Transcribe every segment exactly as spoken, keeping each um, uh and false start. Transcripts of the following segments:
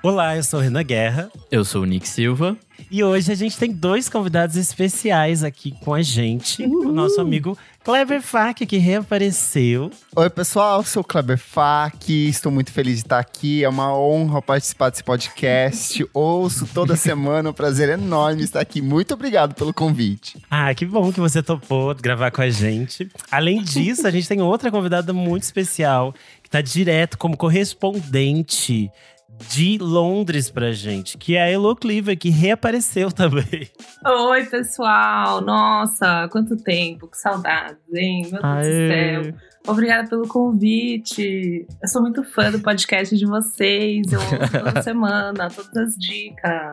Olá, eu sou Renan Guerra. Eu sou o Nick Silva. E hoje a gente tem dois convidados especiais aqui com a gente. Uhul. O nosso amigo Kleber Fak, que reapareceu. Oi, pessoal, eu sou o Kleber Fak. Estou muito feliz de estar aqui. É uma honra participar desse podcast. Ouço toda semana, um prazer enorme estar aqui. Muito obrigado pelo convite. Ah, que bom que você topou gravar com a gente. Além disso, a gente tem outra convidada muito especial, que está direto como correspondente de Londres pra gente, que é a Elo Cleaver, que reapareceu também. Oi, pessoal! Nossa, quanto tempo, que saudades, hein? Meu Deus Aê. do céu. Obrigada pelo convite. Eu sou muito fã do podcast de vocês. Eu ouço toda semana, todas as dicas.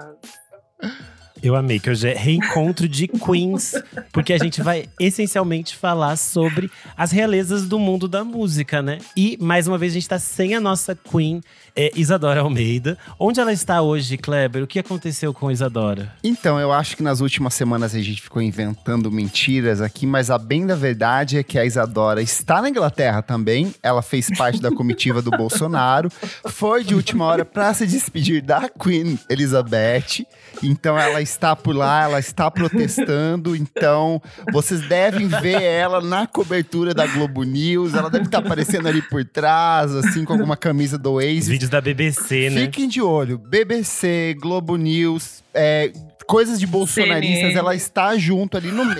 Eu amei, que hoje é reencontro de queens, porque a gente vai essencialmente falar sobre as realezas do mundo da música, né? E, mais uma vez, a gente tá sem a nossa queen, é, Isadora Almeida. Onde ela está hoje, Kleber? O que aconteceu com Isadora? Então, eu acho que nas últimas semanas a gente ficou inventando mentiras aqui, mas a bem da verdade é que a Isadora está na Inglaterra também. Ela fez parte da comitiva do Bolsonaro. Foi de última hora para se despedir da Queen Elizabeth. Então, ela está por lá, ela está protestando. Então, vocês devem ver ela na cobertura da Globo News. Ela deve estar aparecendo ali por trás, assim, com alguma camisa do Oasis. Vídeos da B B C, né? Fiquem de olho. B B C, Globo News, é, coisas de bolsonaristas. C N N. Ela está junto ali no meio.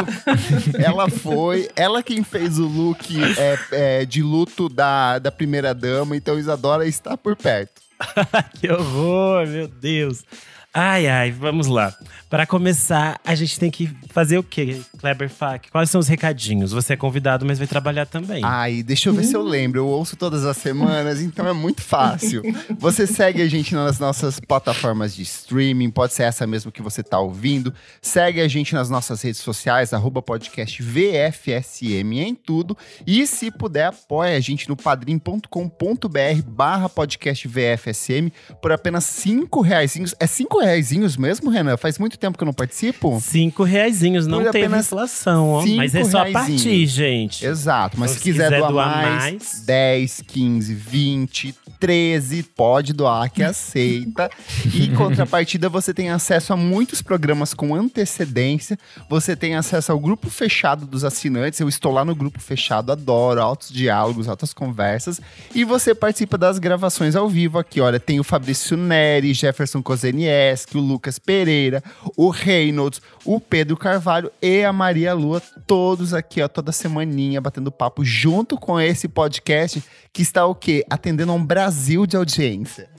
Ela foi. Ela quem fez o look é, é, de luto da, da primeira dama. Então, Isadora está por perto. Que horror, meu Deus. Ai, ai, vamos lá. Para começar, a gente tem que fazer o quê, Kleber Fak? Quais são os recadinhos? Você é convidado, mas vai trabalhar também. Ai, deixa eu ver uh. se eu lembro. Eu ouço todas as semanas, então é muito fácil. Você segue a gente nas nossas plataformas de streaming, pode ser essa mesmo que você tá ouvindo. Segue a gente nas nossas redes sociais, arroba podcast V F S M em tudo. E se puder, apoia a gente no padrim ponto com ponto b r barra podcast V F S M por apenas cinco reaisinhos. É cinco reaisinhos mesmo, Renan? Faz muito tempo que eu não participo. Cinco reaisinhos, não por teve inflação, ó. Mas é só a partir, gente. Exato, mas então, se, se quiser, quiser doar, doar mais, mais, dez, quinze, vinte, treze, pode doar que aceita. E em contrapartida, você tem acesso a muitos programas com antecedência. Você tem acesso ao grupo fechado dos assinantes. Eu estou lá no grupo fechado, adoro altos diálogos, altas conversas. E você participa das gravações ao vivo aqui. Olha, tem o Fabrício Neri, Jefferson Kozenieski, o Lucas Pereira, o Reynolds, o Pedro Carvalho e a Maria Lua, todos aqui, ó, toda semaninha, batendo papo junto com esse podcast que está o quê? Atendendo a um Brasil de audiência.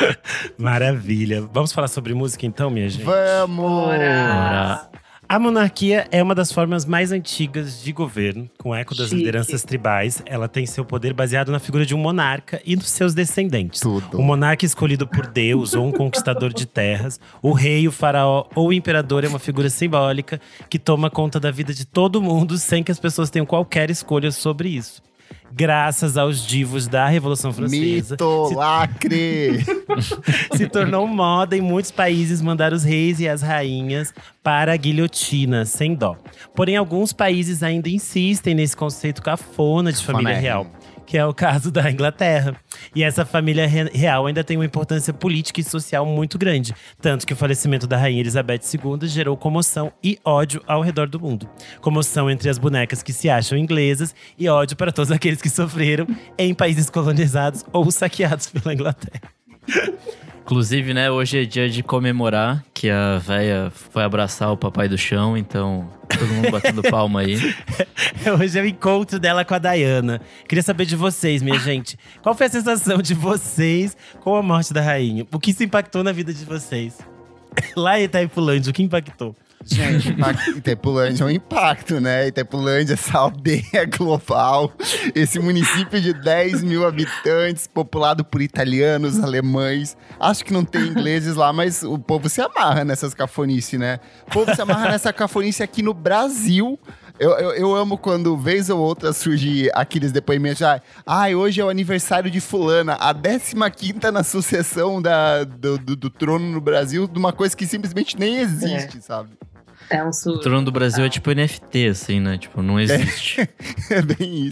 Maravilha. Vamos falar sobre música então, minha gente? Vamos! Bora. A monarquia é uma das formas mais antigas de governo, com eco das Chique. lideranças tribais. Ela tem seu poder baseado na figura de um monarca e dos seus descendentes. Tudo. O monarca escolhido por Deus ou um conquistador de terras, o rei, o faraó ou o imperador é uma figura simbólica que toma conta da vida de todo mundo sem que as pessoas tenham qualquer escolha sobre isso. Graças aos divos da Revolução Francesa. Mito, se... lacre! se tornou moda em muitos países mandar os reis e as rainhas para a guilhotina, sem dó. Porém, alguns países ainda insistem nesse conceito cafona de família Família. real, que é o caso da Inglaterra. E essa família re- real ainda tem uma importância política e social muito grande. Tanto que o falecimento da rainha Elizabeth segunda gerou comoção e ódio ao redor do mundo. Comoção entre as bonecas que se acham inglesas e ódio para todos aqueles que sofreram em países colonizados ou saqueados pela Inglaterra. Inclusive, né, hoje é dia de comemorar que a véia foi abraçar o papai do chão, então todo mundo batendo palma aí. Hoje é o encontro dela com a Diana. Queria saber de vocês, minha gente. Qual foi a sensação de vocês com a morte da rainha? O que se impactou na vida de vocês? Lá em Itaipulândia, o que impactou? Gente, Itaipulândia é um impacto, né? Itaipulândia, essa aldeia global, esse município de dez mil habitantes, populado por italianos, alemães. Acho que não tem ingleses lá, mas o povo se amarra nessas cafonices, né? O povo se amarra nessa cafonice aqui no Brasil. Eu, eu, eu amo quando, vez ou outra, surge aqueles depoimentos. Ah, ah, hoje é o aniversário de fulana, a décima quinta na sucessão da, do, do, do trono no Brasil, de uma coisa que simplesmente nem existe, é. sabe? É um surto. O trono do Brasil é tipo N F T, assim, né? Tipo, não existe. É, é bem isso.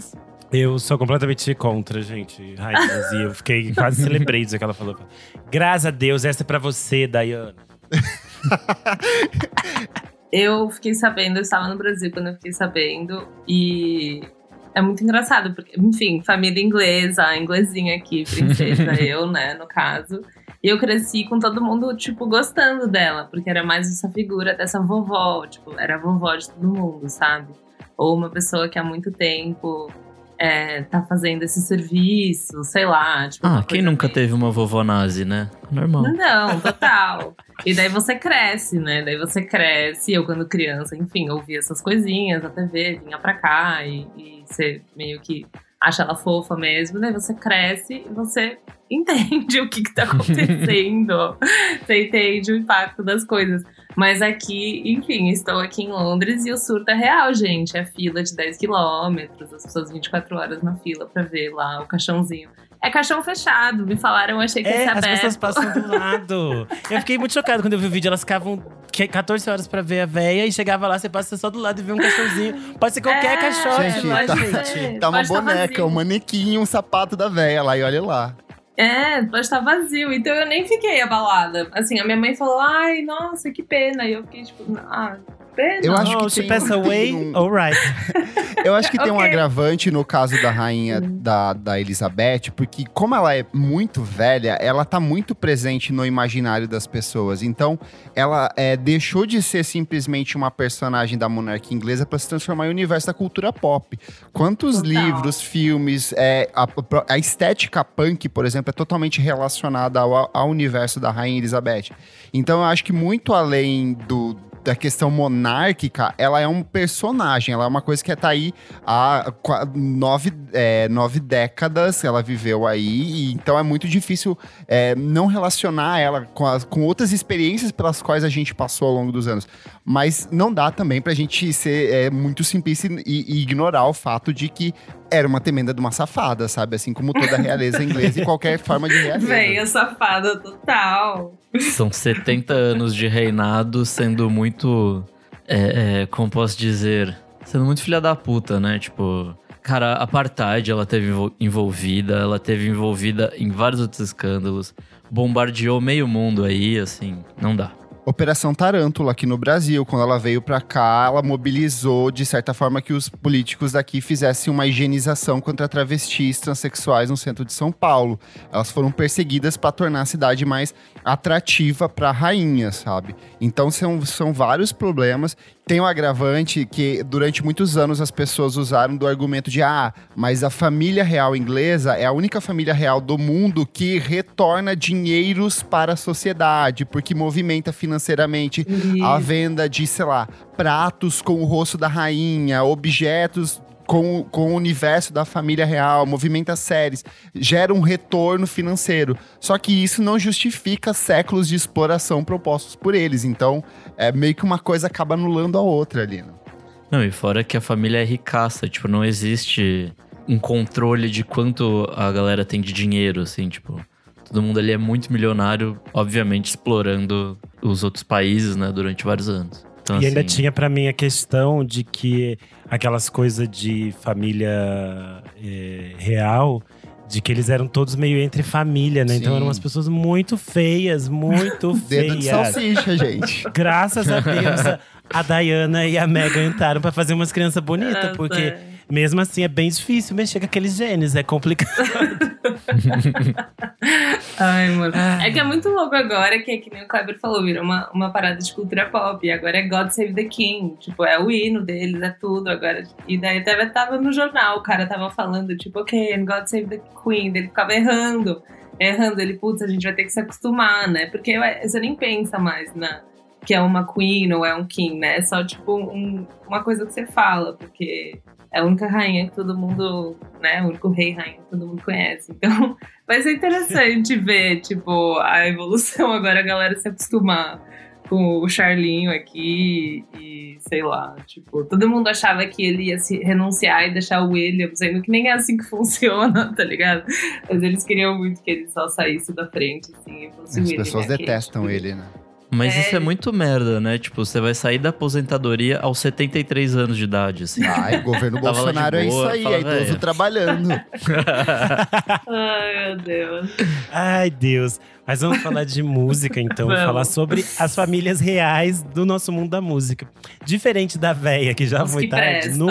Eu sou completamente contra, gente, rainhas. E eu fiquei, quase celebrei dizer que ela falou. Graças a Deus, essa é pra você, Dayana. Eu fiquei sabendo, eu estava no Brasil quando eu fiquei sabendo. E é muito engraçado, porque, enfim, família inglesa, inglesinha aqui, princesa, eu, né, no caso. E eu cresci com todo mundo, tipo, gostando dela. Porque era mais essa figura dessa vovó, tipo, era a vovó de todo mundo, sabe? Ou uma pessoa que há muito tempo… É, tá fazendo esse serviço, sei lá. Tipo, ah, quem nunca teve uma vovó nazi, né? Normal. Não, total. E daí você cresce, né? Daí você cresce. Eu, quando criança, enfim, ouvia essas coisinhas na T V, vinha pra cá e, e você meio que acha ela fofa mesmo. Daí você cresce e você entende o que que tá acontecendo. Você entende o impacto das coisas. Mas aqui, enfim, estou aqui em Londres e o surto é real, gente. É fila de dez quilômetros, as pessoas vinte e quatro horas na fila pra ver lá o caixãozinho. É caixão fechado, me falaram, eu achei que é, ia ser as aberto. pessoas passam do lado. Eu fiquei muito chocada quando eu vi o vídeo. Elas ficavam catorze horas pra ver a véia e chegava lá, você passa só do lado e vê um caixãozinho. Pode ser qualquer É, caixote, Gente, né, tá- gente? Tá uma Pode tá boneca, vazio. um manequim, um sapato da véia lá, e olha lá. É, pode estar vazio. Então eu nem fiquei abalada. Assim, a minha mãe falou, ai, nossa, que pena. E eu fiquei tipo, ah, pena. Eu acho Oh, que she tem- passed away, tem um- alright. Eu acho que tem um Ok. agravante no caso da rainha da, da Elizabeth, porque como ela é muito velha, ela tá muito presente no imaginário das pessoas. Então, ela é, deixou de ser simplesmente uma personagem da monarquia inglesa para se transformar em universo da cultura pop. Quantos Total. livros, filmes, é, a, a estética punk, por exemplo, é totalmente relacionada ao, ao universo da rainha Elizabeth. Então, eu acho que muito além do da questão monárquica, ela é um personagem, ela é uma coisa que tá aí há qua- nove, é, nove décadas, ela viveu aí, e então é muito difícil é, não relacionar ela com, as- com outras experiências pelas quais a gente passou ao longo dos anos. Mas não dá também pra gente ser é, muito simplista e, e ignorar o fato de que era uma temenda de uma safada, sabe? Assim como toda a realeza inglesa e qualquer forma de realeza. Véia safada total. São setenta anos de reinado sendo muito… É, é, como posso dizer? Sendo muito filha da puta, né? Tipo… Cara, a apartheid, ela teve envol- envolvida. Ela teve envolvida em vários outros escândalos. Bombardeou meio mundo aí, assim… Não dá. Operação Tarântula aqui no Brasil, quando ela veio pra cá, ela mobilizou de certa forma que os políticos daqui fizessem uma higienização contra travestis transexuais no centro de São Paulo. Elas foram perseguidas para tornar a cidade mais atrativa para rainha, sabe? Então são, são vários problemas. Tem um agravante que durante muitos anos as pessoas usaram do argumento de ah, mas a família real inglesa é a única família real do mundo que retorna dinheiros para a sociedade, porque movimenta financeiramente a venda de, sei lá, pratos com o rosto da rainha, objetos com, com o universo da família real, movimenta séries, gera um retorno financeiro. Só que isso não justifica séculos de exploração propostos por eles. Então, é meio que uma coisa acaba anulando a outra ali, né? Não, e fora que a família é ricaça. Tipo, não existe um controle de quanto a galera tem de dinheiro, assim, tipo… Todo mundo ali é muito milionário, obviamente explorando os outros países, né, durante vários anos. Então, E ainda assim, tinha pra mim a questão de que aquelas coisas de família é, real, de que eles eram todos meio entre família, né? Então Sim. eram umas pessoas muito feias, muito Dedo de feias. salsicha, gente. Graças a Deus, a- a Diana e a Meghan entraram pra fazer umas crianças bonitas, Nossa. porque mesmo assim é bem difícil mexer com aqueles genes, é complicado. Ai, mano. É que é muito louco agora, que é que nem o Kleber falou, virou uma, uma parada de cultura pop. E agora é God Save the King. Tipo, é o hino deles, é tudo agora. E daí até tava no jornal, o cara tava falando, tipo, ok, and God Save the Queen. Ele ficava errando, errando. Ele, putz, a gente vai ter que se acostumar, né? Porque você nem pensa mais na… que é uma queen ou é um king, né? É só, tipo, um, uma coisa que você fala, porque é a única rainha que todo mundo, né? O único rei rainha que todo mundo conhece. Então, vai ser interessante ver, tipo, a evolução agora, a galera se acostumar com o Charlinho aqui e, sei lá, tipo, todo mundo achava que ele ia se renunciar e deixar o William, sendo que nem é assim que funciona, tá ligado? Mas eles queriam muito que ele só saísse da frente, assim, e fosse o As William. pessoas e a Kate, detestam tipo, ele, né? Mas É. isso é muito merda, né? Tipo, você vai sair da aposentadoria aos setenta e três anos de idade, assim. Ai, governo Tava lá de Bolsonaro é isso boa, aí, fala, é idoso velho. trabalhando. Ai, meu Deus. Ai, Deus. Mas vamos falar de música, então. Vamos. Falar sobre as famílias reais do nosso mundo da música. Diferente da véia, que já Os foi que tarde. presta. No,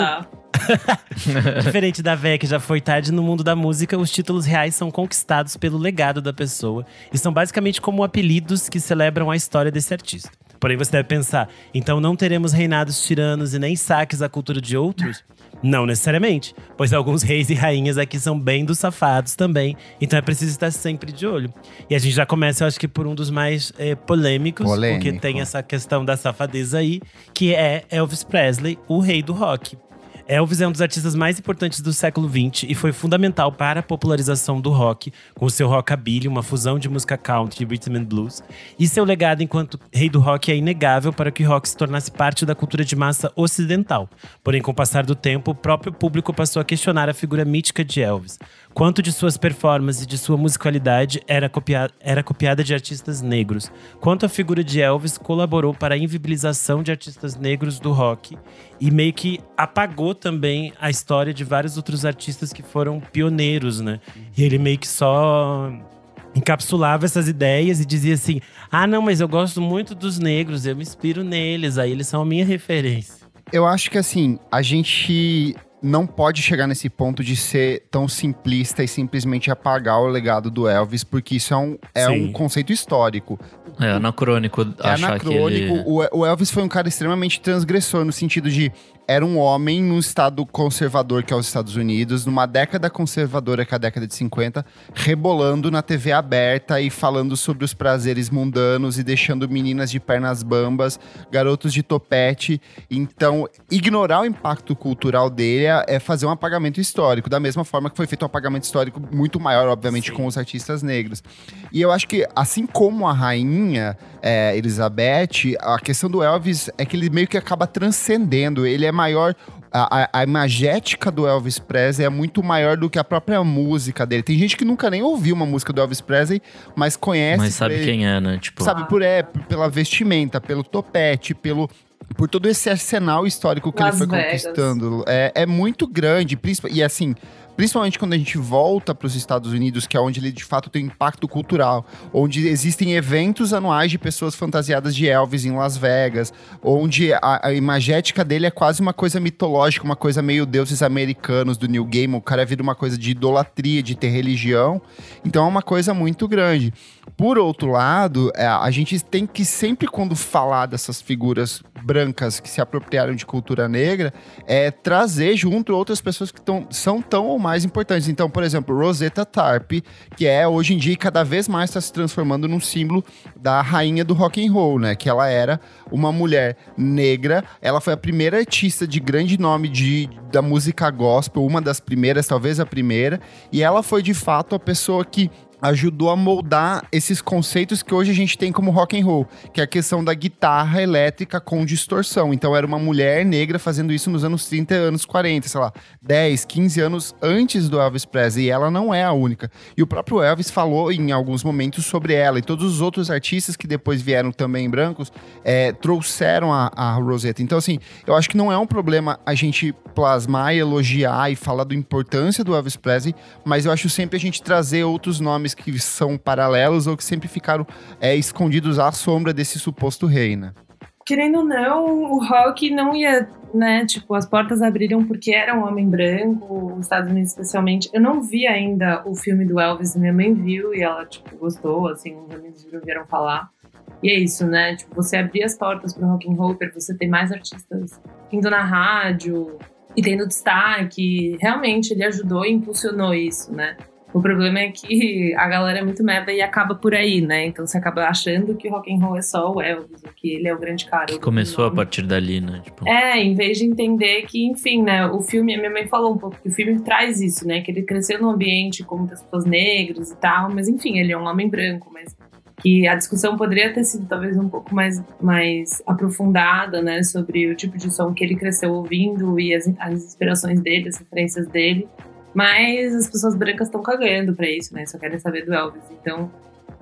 Diferente da véia, que já foi tarde, no mundo da música, os títulos reais são conquistados pelo legado da pessoa. E são basicamente como apelidos que celebram a história desse artista. Porém, você deve pensar, então não teremos reinados tiranos e nem saques à cultura de outros? Não necessariamente, pois alguns reis e rainhas aqui são bem dos safados também. Então é preciso estar sempre de olho. E a gente já começa, eu acho que por um dos mais eh, polêmicos. Polêmico. Porque tem essa questão da safadeza aí. Que é Elvis Presley, o rei do rock. Elvis é um dos artistas mais importantes do século vinte e foi fundamental para a popularização do rock, com o seu rockabilly, uma fusão de música country e rhythm and blues. E seu legado enquanto rei do rock é inegável para que o rock se tornasse parte da cultura de massa ocidental. Porém, com o passar do tempo, o próprio público passou a questionar a figura mítica de Elvis. Quanto de suas performances e de sua musicalidade era, copia- era copiada de artistas negros. Quanto a figura de Elvis colaborou para a invibilização de artistas negros do rock e meio que apagou também a história de vários outros artistas que foram pioneiros, né? E ele meio que só encapsulava essas ideias e dizia assim: ah, não, mas eu gosto muito dos negros, eu me inspiro neles, aí eles são a minha referência. Eu acho que assim, a gente não pode chegar nesse ponto de ser tão simplista e simplesmente apagar o legado do Elvis, porque isso é um, é Sim. um conceito histórico. É anacrônico É achar anacrônico. que ele… O, o Elvis foi um cara extremamente transgressor, no sentido de… Era um homem num estado conservador, que é os Estados Unidos, numa década conservadora, que é a década de cinquenta, rebolando na T V aberta e falando sobre os prazeres mundanos e deixando meninas de pernas bambas, garotos de topete. Então, ignorar o impacto cultural dele é é fazer um apagamento histórico, da mesma forma que foi feito um apagamento histórico muito maior, obviamente, Sim. com os artistas negros. E eu acho que, assim como a rainha é, Elizabeth, a questão do Elvis é que ele meio que acaba transcendendo, ele é maior… A, a, a imagética do Elvis Presley é muito maior do que a própria música dele. Tem gente que nunca nem ouviu uma música do Elvis Presley, mas conhece… Mas sabe por ele- quem é, né? Tipo, Sabe, por, é, p- pela vestimenta, pelo topete, pelo… Por todo esse arsenal histórico que Las ele foi Vegas. conquistando. É, é muito grande. princip- E assim… Principalmente quando a gente volta para os Estados Unidos, que é onde ele de fato tem impacto cultural, onde existem eventos anuais de pessoas fantasiadas de Elvis em Las Vegas, onde a, a imagética dele é quase uma coisa mitológica, uma coisa meio deuses americanos do New Game, o cara vira uma coisa de idolatria, de ter religião, então é uma coisa muito grande. Por outro lado, é, a gente tem que sempre, quando falar dessas figuras brancas que se apropriaram de cultura negra, é trazer junto outras pessoas que tão, são tão ou mais importantes. Então, por exemplo, Rosetta Tharpe, que é hoje em dia cada vez mais está se transformando num símbolo da rainha do rock and roll, né? Que ela era uma mulher negra, ela foi a primeira artista de grande nome de, da música gospel, uma das primeiras, talvez a primeira, e ela foi de fato a pessoa que ajudou a moldar esses conceitos que hoje a gente tem como rock and roll, que é a questão da guitarra elétrica com distorção. Então era uma mulher negra fazendo isso nos anos trinta, anos quarenta, sei lá, dez, quinze anos antes do Elvis Presley, e ela não é a única. E o próprio Elvis falou em alguns momentos sobre ela, e todos os outros artistas que depois vieram também brancos, é, trouxeram a, a Rosetta. Então assim, eu acho que não é um problema a gente plasmar e elogiar e falar da importância do Elvis Presley, mas eu acho sempre a gente trazer outros nomes que são paralelos ou que sempre ficaram é, escondidos à sombra desse suposto rei, né? Querendo ou não, o rock não ia, né, tipo, as portas abriram porque era um homem branco, os Estados Unidos especialmente. Eu não vi ainda o filme do Elvis, minha mãe viu e ela, tipo, gostou, assim, os amigos vieram falar. E é isso, né, tipo, você abrir as portas pro rock and roll, pra você ter mais artistas indo na rádio e tendo destaque. Realmente, ele ajudou e impulsionou isso, né. O problema é que a galera é muito merda e acaba por aí, né? Então você acaba achando que o rock and roll é só o Elvis, que ele é o grande cara. que começou a partir dali, né? Tipo… É, em vez de entender que, enfim, né? O filme, a minha mãe falou um pouco que o filme traz isso, né? Que ele cresceu num ambiente com muitas pessoas negras e tal, mas enfim, ele é um homem branco, mas que a discussão poderia ter sido talvez um pouco mais, mais aprofundada, né? Sobre o tipo de som que ele cresceu ouvindo e as, as inspirações dele, as referências dele. Mas as pessoas brancas estão cagando pra isso, né? Só querem saber do Elvis. Então,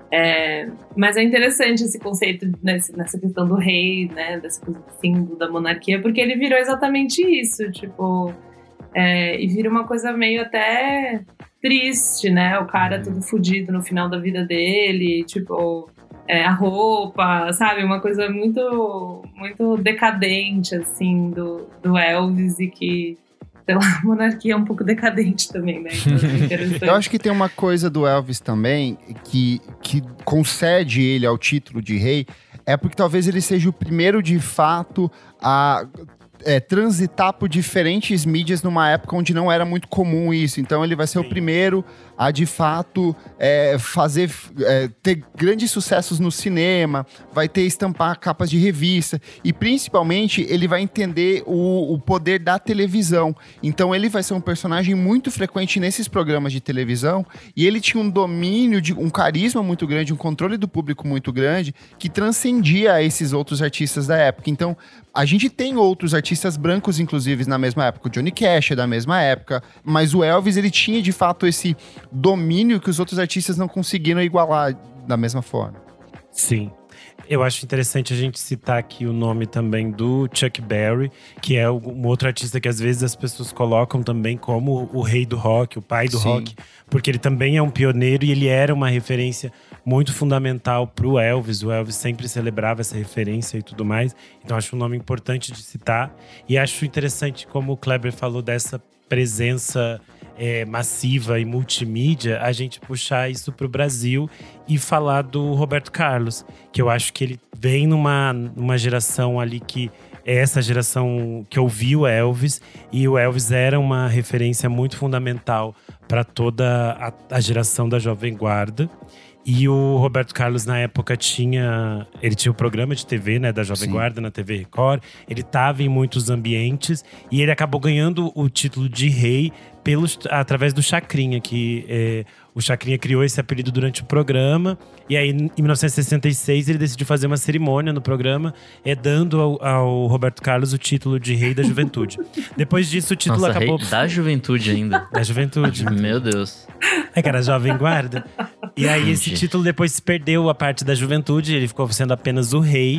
É, mas é interessante esse conceito nesse, nessa questão do rei, né? Dessa coisa do símbolo da monarquia, porque ele virou exatamente isso, tipo… É, e vira uma coisa meio até triste, né? O cara todo fudido no final da vida dele, tipo… É, a roupa, sabe? Uma coisa muito, muito decadente, assim, do, do Elvis e que… Sei lá, a monarquia é um pouco decadente também, né? Então, eu acho que tem uma coisa do Elvis também que, que concede ele ao título de rei, é porque talvez ele seja o primeiro, de fato, a… É, transitar por diferentes mídias numa época onde não era muito comum isso. Então ele vai ser Sim. o primeiro a, de fato, é, fazer, é, ter grandes sucessos no cinema, vai ter estampar capas de revista e, principalmente, ele vai entender o, o poder da televisão. Então ele vai ser um personagem muito frequente nesses programas de televisão e ele tinha um domínio, de, um carisma muito grande, um controle do público muito grande que transcendia esses outros artistas da época. Então a gente tem outros artistas brancos, inclusive, na mesma época. O Johnny Cash é da mesma época. Mas o Elvis, ele tinha, de fato, esse domínio que os outros artistas não conseguiram igualar da mesma forma. Sim. Eu acho interessante a gente citar aqui o nome também do Chuck Berry, que é um outro artista que às vezes as pessoas colocam também como o rei do rock, o pai do Sim. rock. Porque ele também é um pioneiro e ele era uma referência muito fundamental pro Elvis. O Elvis sempre celebrava essa referência e tudo mais. Então acho um nome importante de citar. E acho interessante, como o Kleber falou, dessa presença é, massiva e multimídia, a gente puxar isso pro Brasil e falar do Roberto Carlos. Que eu acho que ele vem numa, numa geração ali que… É essa geração que ouviu o Elvis. E o Elvis era uma referência muito fundamental para toda a, a geração da Jovem Guarda. E o Roberto Carlos, na época, tinha… Ele tinha o programa de T V, né, da Jovem Sim. Guarda, na T V Record. Ele estava em muitos ambientes. E ele acabou ganhando o título de rei pelos, através do Chacrinha, que… É, o Chacrinha criou esse apelido durante o programa. E aí, em mil novecentos e sessenta e seis, ele decidiu fazer uma cerimônia no programa, é, dando ao, ao Roberto Carlos o título de Rei da Juventude. Depois disso, o título Nossa, acabou… Rei da Juventude ainda. Da Juventude. Meu Deus. É que era Jovem Guarda. E aí, esse título depois se perdeu a parte da Juventude. Ele ficou sendo apenas o Rei.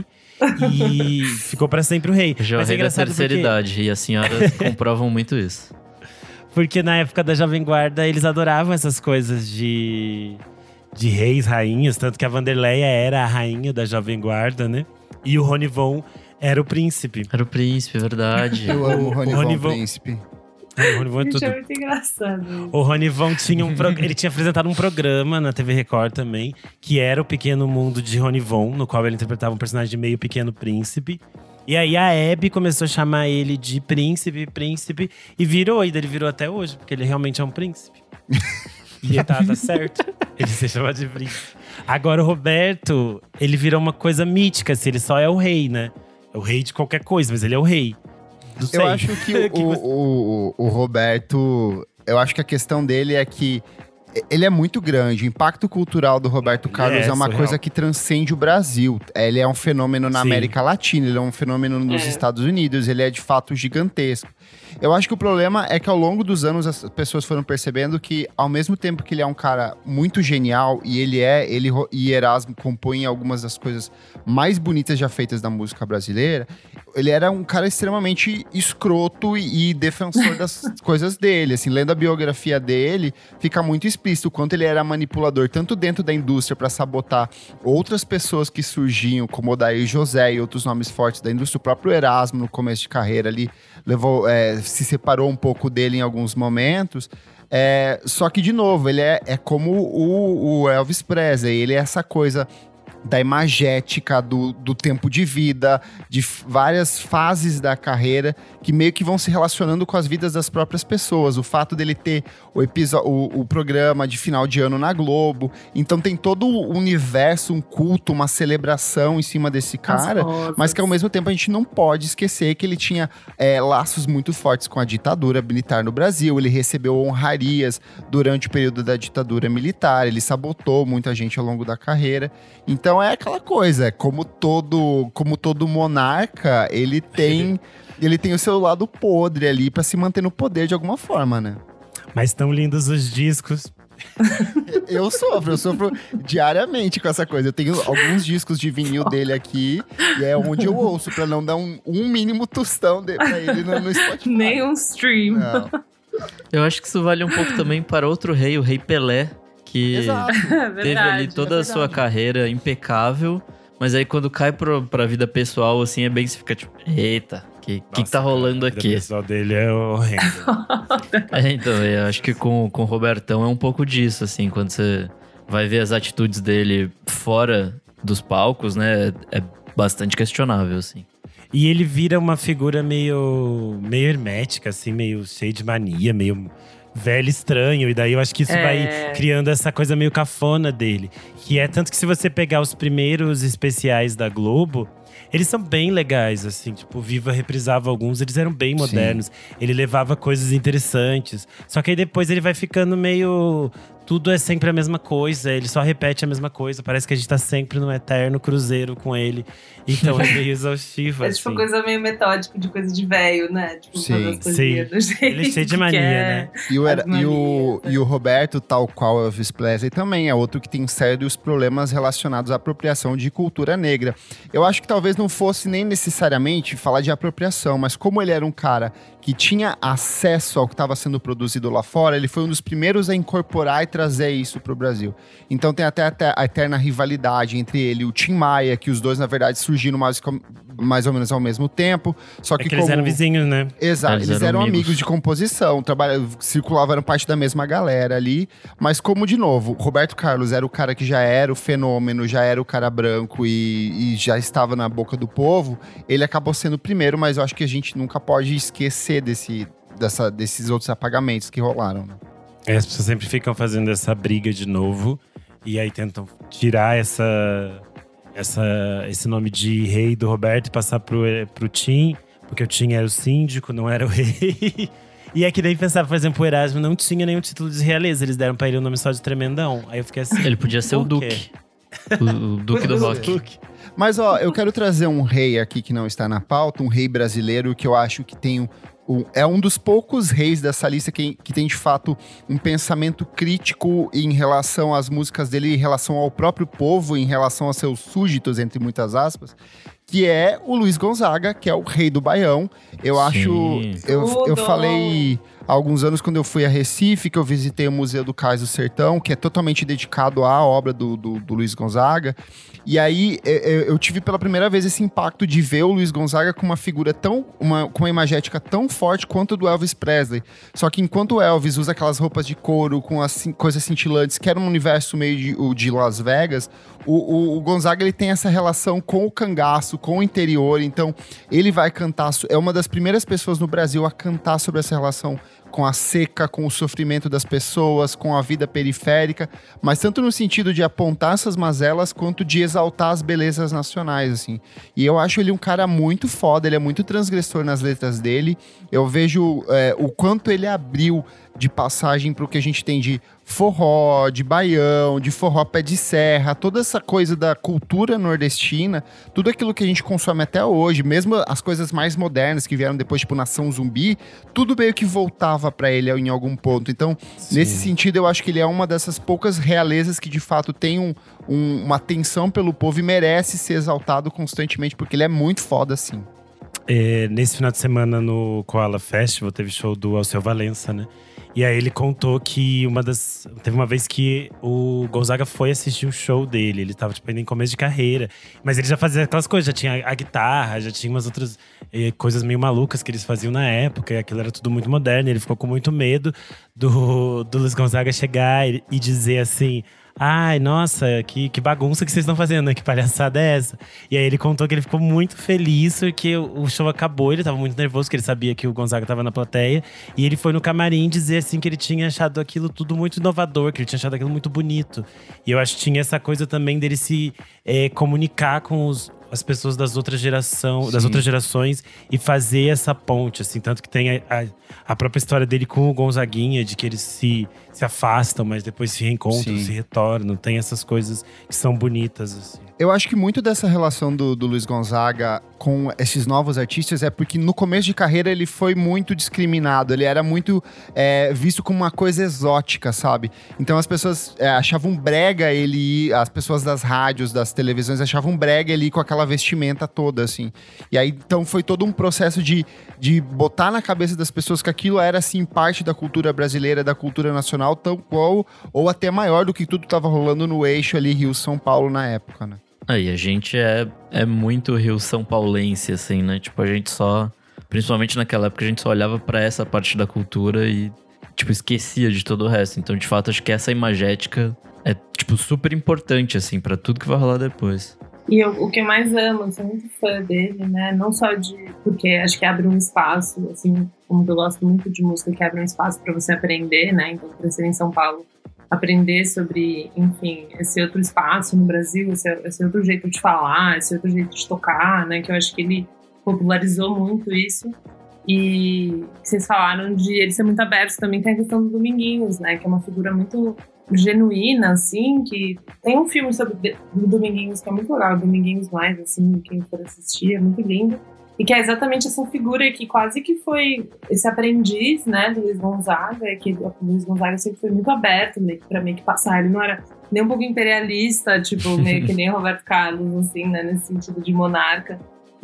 E ficou pra sempre o Rei. Já é o Rei da terceira porque… idade. E as senhoras comprovam muito isso. Porque na época da Jovem Guarda, eles adoravam essas coisas de, de reis, rainhas. Tanto que a Vanderleia era a rainha da Jovem Guarda, né? E o Rony Von era o príncipe. Era o príncipe, verdade. Eu amo o Rony, o Rony Von, Von príncipe. É, o Rony Von é tudo. É muito engraçado. O Rony Von tinha um pro… ele tinha apresentado um programa na T V Record também, que era o Pequeno Mundo de Rony Von, no qual ele interpretava um personagem de meio pequeno príncipe. E aí a Hebe começou a chamar ele de príncipe, príncipe. E virou, e ele virou até hoje, porque ele realmente é um príncipe. E ele tá, tá certo, ele se chama de príncipe. Agora o Roberto, ele virou uma coisa mítica, assim, ele só é o rei, né? É o rei de qualquer coisa, mas ele é o rei. Eu acho que o, que você… o, o, o Roberto… Eu acho que a questão dele é que ele é muito grande. O impacto cultural do Roberto Carlos é, é uma surreal. Coisa que transcende o Brasil. Ele é um fenômeno na Sim. América Latina, ele é um fenômeno nos é. Estados Unidos, ele é de fato gigantesco. Eu acho que o problema é que ao longo dos anos as pessoas foram percebendo que, ao mesmo tempo que ele é um cara muito genial, e ele é, ele e Erasmo compõem algumas das coisas mais bonitas já feitas da música brasileira, ele era um cara extremamente escroto e defensor das coisas dele. Assim, lendo a biografia dele, fica muito explícito o quanto ele era manipulador, tanto dentro da indústria para sabotar outras pessoas que surgiam, como Odair José e outros nomes fortes da indústria. O próprio Erasmo, no começo de carreira ali, levou, é, se separou um pouco dele em alguns momentos. É, só que, de novo, ele é, é como o, o Elvis Presley. Ele é essa coisa da imagética, do, do tempo de vida, de várias fases da carreira que meio que vão se relacionando com as vidas das próprias pessoas. O fato dele ter o, o, o programa de final de ano na Globo. Então tem todo o universo, um culto, uma celebração em cima desse cara, mas que ao mesmo tempo a gente não pode esquecer que ele tinha é, laços muito fortes com a ditadura militar no Brasil. Ele recebeu honrarias durante o período da ditadura militar, ele sabotou muita gente ao longo da carreira. Então é aquela coisa, como todo, como todo monarca, ele tem, ele tem o seu lado podre ali pra se manter no poder de alguma forma, né? Mas tão lindos os discos. Eu sofro, eu sofro diariamente com essa coisa. Eu tenho alguns discos de vinil dele aqui, e é onde eu ouço, pra não dar um, um mínimo tostão de, pra ele no, no Spotify. Nem um stream. Não. Eu acho que isso vale um pouco também para outro rei, o Rei Pelé, que Exato. É verdade, teve ali toda é a sua verdade. carreira impecável, mas aí quando cai pro, pra vida pessoal, assim, é bem que você fica tipo, eita, o que, que, que tá rolando A vida aqui? pessoal dele é horrendo. É, então, eu acho que com, com o Robertão é um pouco disso, assim, quando você vai ver as atitudes dele fora dos palcos, né, é bastante questionável, assim. E ele vira uma figura meio, meio hermética, assim, meio cheio de mania, meio velho estranho. E daí eu acho que isso É. vai criando essa coisa meio cafona dele. Que é tanto que se você pegar os primeiros especiais da Globo, eles são bem legais, assim. Tipo, o Viva reprisava alguns, eles eram bem modernos. Ele levava coisas interessantes. Só que aí depois ele vai ficando meio… Tudo é sempre a mesma coisa, ele só repete a mesma coisa. Parece que a gente tá sempre num eterno cruzeiro com ele. Então é meio exaustivo, É assim. tipo coisa meio metódica, de coisa de velho, né? Tipo, Sim, fazer as coisinhas sim. do jeito Ele é cheio de que mania, quer. né? E o, As Era- e, o, manias. e o Roberto, tal qual Elvis Presley, também é outro que tem sérios problemas relacionados à apropriação de cultura negra. Eu acho que talvez não fosse nem necessariamente falar de apropriação, mas como ele era um cara que tinha acesso ao que estava sendo produzido lá fora, ele foi um dos primeiros a incorporar e trazer isso para o Brasil. Então tem até, até a eterna rivalidade entre ele e o Tim Maia, que os dois, na verdade, surgiram mais, com- mais ou menos ao mesmo tempo. Só É que, que eles como… eram vizinhos, né? Exato, Eles eles, eram eram amigos. amigos de composição, trabalhavam, circulavam, eram parte da mesma galera ali. Mas como, de novo, Roberto Carlos era o cara que já era o fenômeno, já era o cara branco e, e já estava na boca do povo, ele acabou sendo o primeiro, mas eu acho que a gente nunca pode esquecer desse, dessa, desses outros apagamentos que rolaram, né? É, as pessoas sempre ficam fazendo essa briga de novo. E aí tentam tirar essa, essa, esse nome de rei do Roberto e passar pro, pro Tim. Porque o Tim era o síndico, não era o rei. E é que daí pensava, por exemplo, o Erasmo não tinha nenhum título de realeza. Eles deram pra ele o nome só de Tremendão. Aí eu fiquei assim… Ele podia ser o por quê? Duque. O, o Duque do Rock. Mas, ó, eu quero trazer um rei aqui que não está na pauta, um rei brasileiro que eu acho que tem um, um- é um dos poucos reis dessa lista que, que tem, de fato, um pensamento crítico em relação às músicas dele, em relação ao próprio povo, em relação a seus súditos, entre muitas aspas, que é o Luiz Gonzaga, que é o rei do Baião. Eu Sim. acho… Eu, eu Tudo! falei… Há alguns anos, quando eu fui a Recife, que eu visitei o Museu do Cais do Sertão, que é totalmente dedicado à obra do, do, do Luiz Gonzaga. E aí, eu, eu tive pela primeira vez esse impacto de ver o Luiz Gonzaga com uma figura tão… Uma, com uma imagética tão forte quanto a do Elvis Presley. Só que enquanto o Elvis usa aquelas roupas de couro com as cin- coisas cintilantes, que era um universo meio de, o de Las Vegas, o, o, o Gonzaga ele tem essa relação com o cangaço, com o interior. Então, ele vai cantar… so- É uma das primeiras pessoas no Brasil a cantar sobre essa relação com a seca, com o sofrimento das pessoas, com a vida periférica, mas tanto no sentido de apontar essas mazelas, quanto de exaltar as belezas nacionais, assim. E eu acho ele um cara muito foda, ele é muito transgressor nas letras dele. Eu vejo é, o quanto ele abriu de passagem para o que a gente tem de forró, de baião, de forró pé de serra, toda essa coisa da cultura nordestina, tudo aquilo que a gente consome até hoje, mesmo as coisas mais modernas que vieram depois, tipo Nação Zumbi, tudo meio que voltava para ele em algum ponto. Então, nesse sentido, eu acho que ele é uma dessas poucas realezas que de fato tem um, um- uma atenção pelo povo e merece ser exaltado constantemente, porque ele é muito foda, assim. É, nesse final de semana no Koala Festival teve show do Alceu Valença, né? E aí ele contou que uma das… Teve uma vez que o Gonzaga foi assistir um show dele. Ele tava, tipo, ainda em começo de carreira. Mas ele já fazia aquelas coisas, já tinha a guitarra, já tinha umas outras eh, coisas meio malucas que eles faziam na época. E aquilo era tudo muito moderno. E ele ficou com muito medo do, do Luiz Gonzaga chegar e, e dizer assim… Ai, nossa, que, que bagunça que vocês estão fazendo, né? Que palhaçada é essa? E aí ele contou que ele ficou muito feliz porque o o show acabou. Ele tava muito nervoso, porque ele sabia que o Gonzaga tava na plateia. E ele foi no camarim dizer, assim, que ele tinha achado aquilo tudo muito inovador. Que ele tinha achado aquilo muito bonito. E eu acho que tinha essa coisa também dele se eh, comunicar com os… as pessoas das outras geração, das Sim. outras gerações e fazer essa ponte, assim, tanto que tem a, a, a própria história dele com o Gonzaguinha, de que eles se, se afastam, mas depois se reencontram, Sim. se retornam, tem essas coisas que são bonitas, assim. Eu acho que muito dessa relação do, do Luiz Gonzaga com esses novos artistas é porque no começo de carreira ele foi muito discriminado, ele era muito é, visto como uma coisa exótica, sabe? Então as pessoas é, achavam brega ele ir, as pessoas das rádios, das televisões achavam brega ele ir com aquela vestimenta toda, assim. E aí, então foi todo um processo de, de botar na cabeça das pessoas que aquilo era, assim, parte da cultura brasileira, da cultura nacional, tão qual, ou até maior do que tudo estava rolando no eixo ali Rio-São Paulo na época, né? Aí, a gente é, é muito Rio-São Paulense, assim, né? Tipo, a gente só... Principalmente naquela época, a gente só olhava pra essa parte da cultura e, tipo, esquecia de todo o resto. Então, de fato, acho que essa imagética é, tipo, super importante, assim, pra tudo que vai rolar depois. E eu, o que eu mais amo, eu sou muito fã dele, né? Não só de... Porque acho que abre um espaço, assim, como eu gosto muito de música, que abre um espaço pra você aprender, né? Então, crescer em São Paulo, aprender sobre, enfim, esse outro espaço no Brasil, esse, esse outro jeito de falar, esse outro jeito de tocar, né? Que eu acho que ele popularizou muito isso. E vocês falaram de ele ser muito aberto, também tem a questão do Dominguinhos, né? Que é uma figura muito genuína, assim, que tem um filme sobre o Dominguinhos que é muito legal, Dominguinhos Mais, assim, quem for assistir, é muito lindo. E que é exatamente essa figura que quase que foi esse aprendiz, né, do Luiz Gonzaga, que o Luiz Gonzaga sempre foi muito aberto meio, pra meio que passar. Ele não era nem um pouco imperialista, tipo, meio que nem o Roberto Carlos, assim, né, nesse sentido de monarca,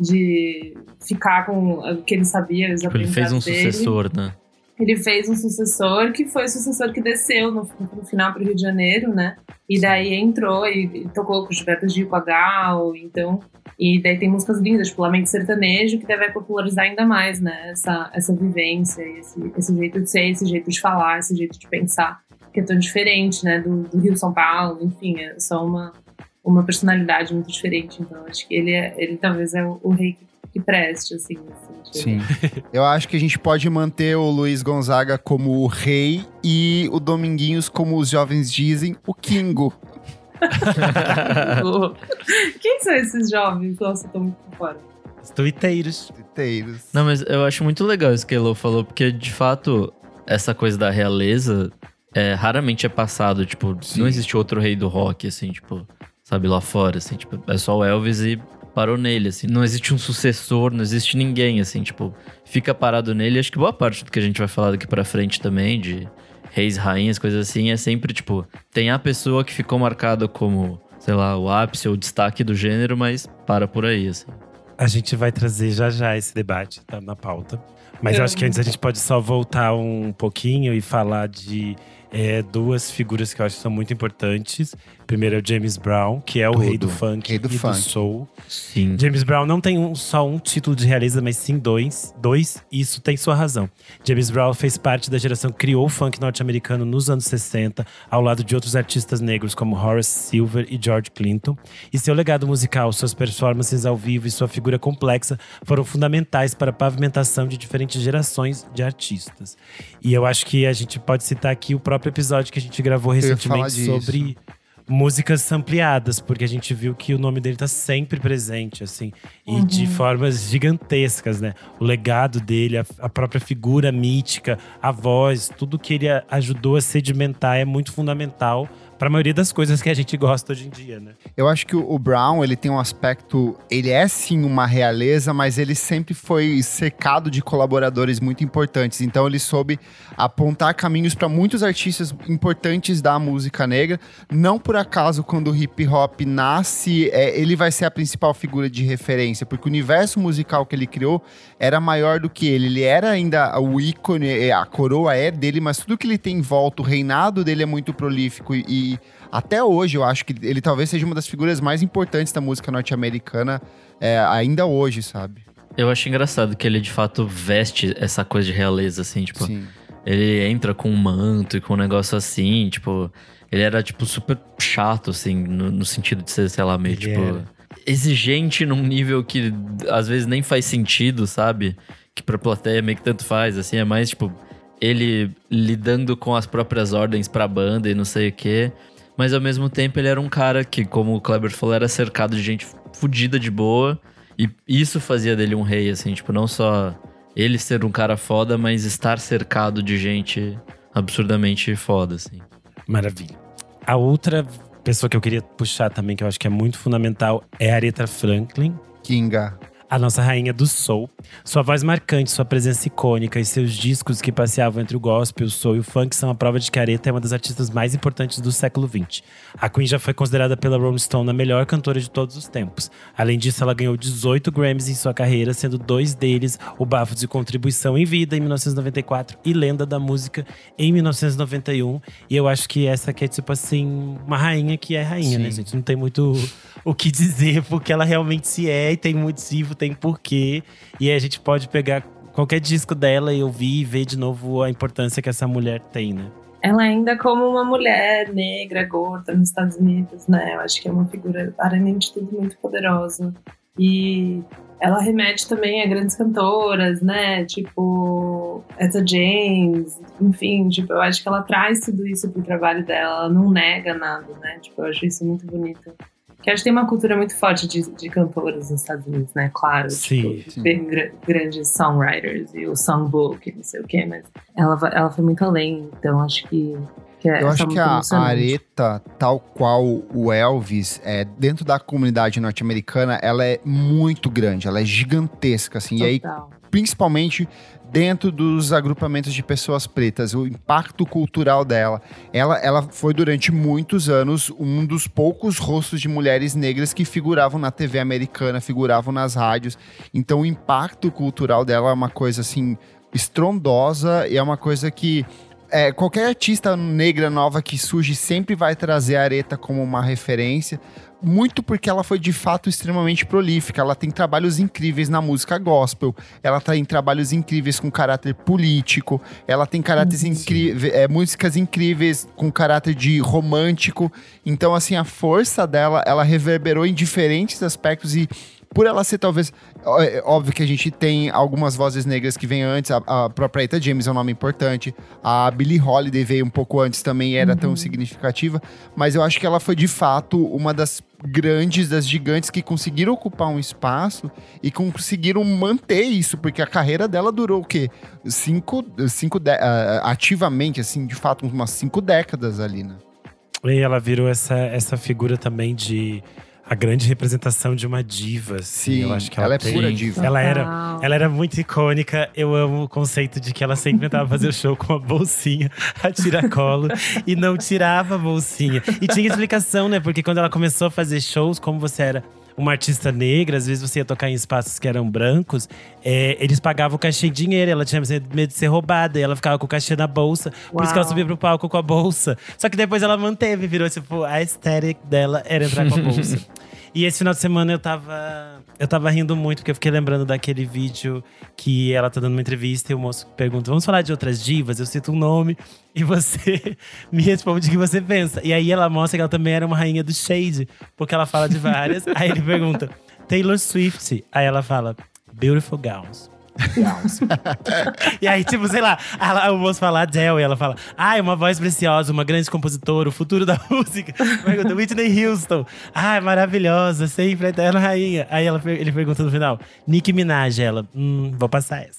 de ficar com o que ele sabia, os tipo, ele fez um dele. sucessor, né? Ele fez um sucessor, que foi o sucessor que desceu no, no final para o Rio de Janeiro, né? E daí entrou e, e tocou com o Gilberto Gil, com a Gal, então... E daí tem músicas lindas, tipo Lamento Sertanejo, que deve popularizar ainda mais, né? Essa, essa vivência, esse, esse jeito de ser, esse jeito de falar, esse jeito de pensar, que é tão diferente, né? Do, do Rio, São Paulo, enfim, é só uma, uma personalidade muito diferente. Então, acho que ele, é, ele talvez é o, o rei que, que preste, assim, nesse sentido. Sim. Eu acho que a gente pode manter o Luiz Gonzaga como o rei e o Dominguinhos, como os jovens dizem, o Kingo. Quem são esses jovens? Nossa, eu tô muito por fora. Os tuiteiros. Tuiteiros. Não, mas eu acho muito legal isso que a Elo falou, porque de fato, essa coisa da realeza é, raramente é passado. Tipo, Sim. não existe outro rei do rock, assim, tipo, sabe, lá fora, assim, tipo, é só o Elvis e parou nele, assim. Não existe um sucessor, não existe ninguém, assim, tipo, fica parado nele. Acho que boa parte do que a gente vai falar daqui pra frente também, de reis, rainhas, coisas assim, é sempre, tipo, tem a pessoa que ficou marcada como, sei lá, o ápice ou o destaque do gênero, mas para por aí, assim. A gente vai trazer já já esse debate, tá na pauta. Mas eu acho que antes a gente pode só voltar um pouquinho e falar de é, duas figuras que eu acho que são muito importantes. Primeiro é o James Brown, que é o Tudo. rei do funk rei do e funk. do soul. Sim. James Brown não tem um, só um título de realeza, mas sim dois. Dois, e isso tem sua razão. James Brown fez parte da geração que criou o funk norte-americano nos anos sessenta, ao lado de outros artistas negros como Horace Silver e George Clinton. E seu legado musical, suas performances ao vivo e sua figura complexa foram fundamentais para a pavimentação de diferentes gerações de artistas. E eu acho que a gente pode citar aqui o próprio episódio que a gente gravou recentemente sobre músicas sampleadas, porque a gente viu que o nome dele tá sempre presente, assim, e uhum. de formas gigantescas, né? O legado dele, a, a própria figura mítica, a voz, tudo que ele ajudou a sedimentar é muito fundamental para a maioria das coisas que a gente gosta hoje em dia, né? Eu acho que o Brown, ele tem um aspecto… Ele é sim uma realeza, mas ele sempre foi cercado de colaboradores muito importantes. Então ele soube apontar caminhos para muitos artistas importantes da música negra. Não por acaso, quando o hip hop nasce, é, ele vai ser a principal figura de referência. Porque o universo musical que ele criou era maior do que ele. Ele era ainda o ícone, a coroa é dele, mas tudo que ele tem em volta, o reinado dele é muito prolífico e E até hoje eu acho que ele talvez seja uma das figuras mais importantes da música norte-americana, é, ainda hoje, sabe? Eu acho engraçado que ele de fato veste essa coisa de realeza, assim, tipo… Sim. Ele entra com um manto e com um negócio assim, tipo… Ele era, tipo, super chato, assim, no, no sentido de ser, sei lá, meio, ele tipo… era. Exigente num nível que às vezes nem faz sentido, sabe? Que pra plateia meio que tanto faz, assim, é mais, tipo… Ele lidando com as próprias ordens pra banda e não sei o quê. Mas ao mesmo tempo ele era um cara que, como o Kleber falou, era cercado de gente fodida de boa. E isso fazia dele um rei, assim. Tipo, não só ele ser um cara foda, mas estar cercado de gente absurdamente foda, assim. Maravilha. A outra pessoa que eu queria puxar também, que eu acho que é muito fundamental, é a Aretha Franklin. Kinga. A nossa rainha do soul. Sua voz marcante, sua presença icônica e seus discos que passeavam entre o gospel, o soul e o funk são a prova de que a Aretha é uma das artistas mais importantes do século vinte. A Queen já foi considerada pela Rolling Stone a melhor cantora de todos os tempos. Além disso, ela ganhou dezoito Grammys em sua carreira, sendo dois deles o bafo de contribuição em vida em mil novecentos e noventa e quatro e lenda da música em mil novecentos e noventa e um. E eu acho que essa aqui é tipo assim, uma rainha que é rainha, Sim. né, gente? Não tem muito o que dizer, porque ela realmente se é e tem motivo, tem porquê. E aí a gente pode pegar qualquer disco dela e ouvir e ver de novo a importância que essa mulher tem, né? Ela ainda como uma mulher negra, gorda nos Estados Unidos, né? Eu acho que é uma figura, além de tudo, muito poderosa. E ela remete também a grandes cantoras, né? Tipo, Etta James, enfim. Tipo, eu acho que ela traz tudo isso pro trabalho dela. Ela não nega nada, né? Tipo, eu acho isso muito bonito. Porque acho que tem uma cultura muito forte de, de cantoras nos Estados Unidos, né? Claro, Sim, tipo, sim. bem gra- grandes songwriters e o songbook, não sei o quê, mas ela, va- ela foi muito além, então acho que, que é Eu essa acho que muito a emocionante. Aretha, tal qual o Elvis, é, dentro da comunidade norte-americana, ela é muito grande, ela é gigantesca, assim. E aí, Total. principalmente dentro dos agrupamentos de pessoas pretas, o impacto cultural dela. Ela, ela foi durante muitos anos um dos poucos rostos de mulheres negras que figuravam na T V americana, figuravam nas rádios. Então o impacto cultural dela é uma coisa assim estrondosa e é uma coisa que é, qualquer artista negra nova que surge sempre vai trazer a Aretha como uma referência. Muito porque ela foi de fato extremamente prolífica. Ela tem trabalhos incríveis na música gospel. Ela tem trabalhos incríveis com caráter político. Ela tem caráteres incríveis, é, músicas incríveis com caráter de romântico. Então, assim, a força dela, ela reverberou em diferentes aspectos e por ela ser talvez… É óbvio que a gente tem algumas vozes negras que vêm antes. A, a própria Etta James é um nome importante. A Billie Holiday veio um pouco antes também e era Uhum. tão significativa. Mas eu acho que ela foi, de fato, uma das grandes, das gigantes que conseguiram ocupar um espaço e conseguiram manter isso. Porque a carreira dela durou o quê? Cinco… cinco de, uh, ativamente, assim, de fato, umas cinco décadas ali, né? E ela virou essa, essa figura também de… a grande representação de uma diva, assim. Sim, Eu acho que ela, ela é tem- pura diva. Ela era, Total. ela era muito icônica. Eu amo o conceito de que ela sempre tentava fazer o show com uma bolsinha a tiracolo e não tirava a bolsinha. E tinha explicação, né? Porque quando ela começou a fazer shows, como você era uma artista negra, às vezes você ia tocar em espaços que eram brancos, é, eles pagavam o cachê em dinheiro. Ela tinha medo de ser roubada e ela ficava com o cachê na bolsa. Por isso que ela Uau. subia pro palco com a bolsa. Só que depois ela manteve, virou tipo, a aesthetic dela era entrar com a bolsa. E esse final de semana eu tava, eu tava rindo muito, porque eu fiquei lembrando daquele vídeo que ela tá dando uma entrevista e o moço pergunta: vamos falar de outras divas? Eu cito um nome e você me responde o que você pensa. E aí ela mostra que ela também era uma rainha do shade, porque ela fala de várias. Aí ele pergunta: Taylor Swift. Aí ela fala: Beautiful Gowns. Gowns. E aí, tipo, sei lá, ela, o moço fala Adele e ela fala: ai, uma voz preciosa, uma grande compositora, o futuro da música. Pergunta: Whitney Houston. Ai, maravilhosa, sempre a eterna rainha. Aí ela, ele pergunta no final: Nicki Minaj. Ela: hum, vou passar essa.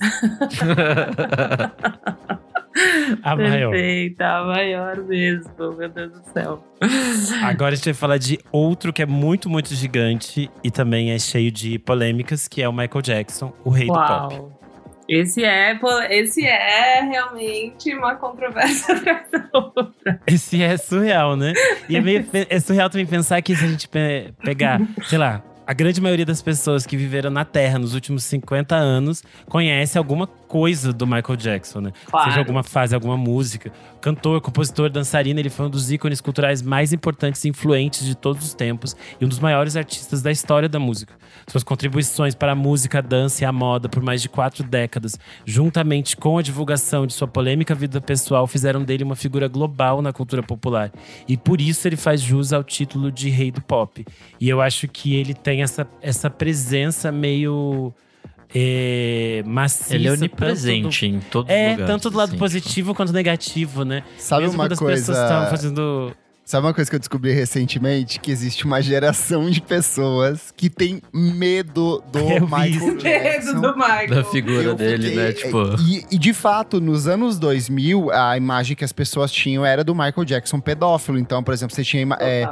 A maior. Perfeita, a maior mesmo, meu Deus do céu. Agora a gente vai falar de outro que é muito, muito gigante e também é cheio de polêmicas, que é o Michael Jackson, o rei do pop. Uau. Esse é, pô, esse é realmente uma controvérsia atrás da outra. Esse é surreal, né? E é, meio, é surreal também pensar que se a gente pe- pegar, sei lá, a grande maioria das pessoas que viveram na Terra nos últimos cinquenta anos conhece alguma coisa do Michael Jackson, né? Claro. Seja alguma fase, alguma música. Cantor, compositor, dançarino, ele foi um dos ícones culturais mais importantes e influentes de todos os tempos e um dos maiores artistas da história da música. Suas contribuições para a música, a dança e a moda por mais de quatro décadas, juntamente com a divulgação de sua polêmica vida pessoal, fizeram dele uma figura global na cultura popular. E por isso ele faz jus ao título de rei do pop. E eu acho que ele tem essa, essa presença meio… É, maciça. Ele é tanto onipresente do- em todos É, os lugares. tanto do lado assim, positivo quanto negativo, né? Sabe Mesmo uma quando as pessoas coisa… estavam fazendo… Sabe uma coisa que eu descobri recentemente? Que existe uma geração de pessoas que tem medo do Eu vi Michael isso. Jackson. Medo do Michael. Da figura Eu dele, fiquei- né? Tipo, E, e de fato, nos anos dois mil, a imagem que as pessoas tinham era do Michael Jackson pedófilo. Então, por exemplo, você tinha ima- é, Total.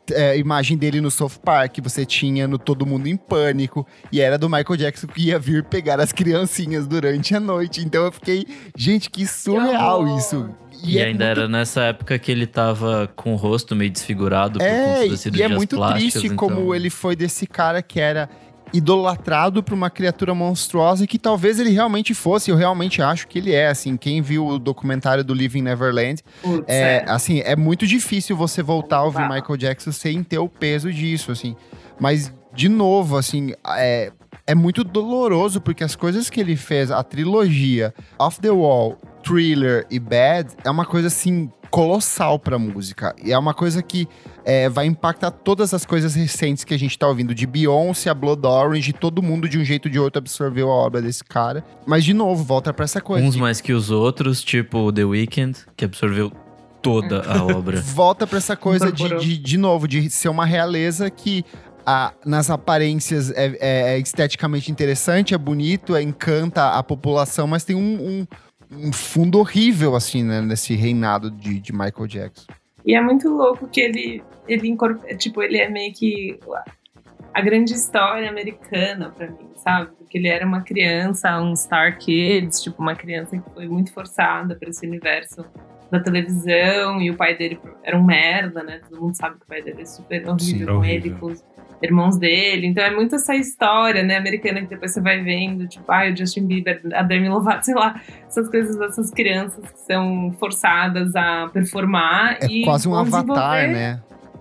é, imagem dele no South Park, você tinha no Todo Mundo em Pânico, e era do Michael Jackson que ia vir pegar as criancinhas durante a noite. Então eu fiquei, gente, que surreal que isso. E, e é ainda muito... era nessa época que ele tava com o rosto meio desfigurado por é, conta das cirurgias plásticas. E é muito triste então... como ele foi desse cara que era idolatrado por uma criatura monstruosa e que talvez ele realmente fosse, eu realmente acho que ele é, assim, quem viu o documentário do Living Neverland, Putz, é, é, assim, é muito difícil você voltar a ouvir ah. Michael Jackson sem ter o peso disso, assim, mas, de novo, assim, é, é muito doloroso, porque as coisas que ele fez, a trilogia Off the Wall, Thriller e Bad, é uma coisa, assim, colossal pra música, e é uma coisa que É, vai impactar todas as coisas recentes que a gente tá ouvindo, de Beyoncé a Blood Orange, todo mundo de um jeito ou de outro absorveu a obra desse cara. Mas, de novo, volta pra essa coisa. Uns mais que os outros, tipo The Weeknd, que absorveu toda a obra. Volta pra essa coisa de, de, de novo, de ser uma realeza que a, nas aparências é, é, é esteticamente interessante, é bonito, é, encanta a população, mas tem um, um, um fundo horrível, assim, né, nesse reinado de, de Michael Jackson. E é muito louco que ele, ele, incorpora, tipo, ele é meio que a grande história americana pra mim, sabe? Porque ele era uma criança, um Star Kids, tipo, uma criança que foi muito forçada pra esse universo da televisão, e o pai dele era um merda, né? Todo mundo sabe que o pai dele é super horrível Sim, com horrível. ele, com os irmãos dele. Então é muito essa história, né, americana, que depois você vai vendo, tipo, ah, o Justin Bieber, a Demi Lovato, sei lá, essas coisas dessas crianças que são forçadas a performar. É e quase um avatar, né?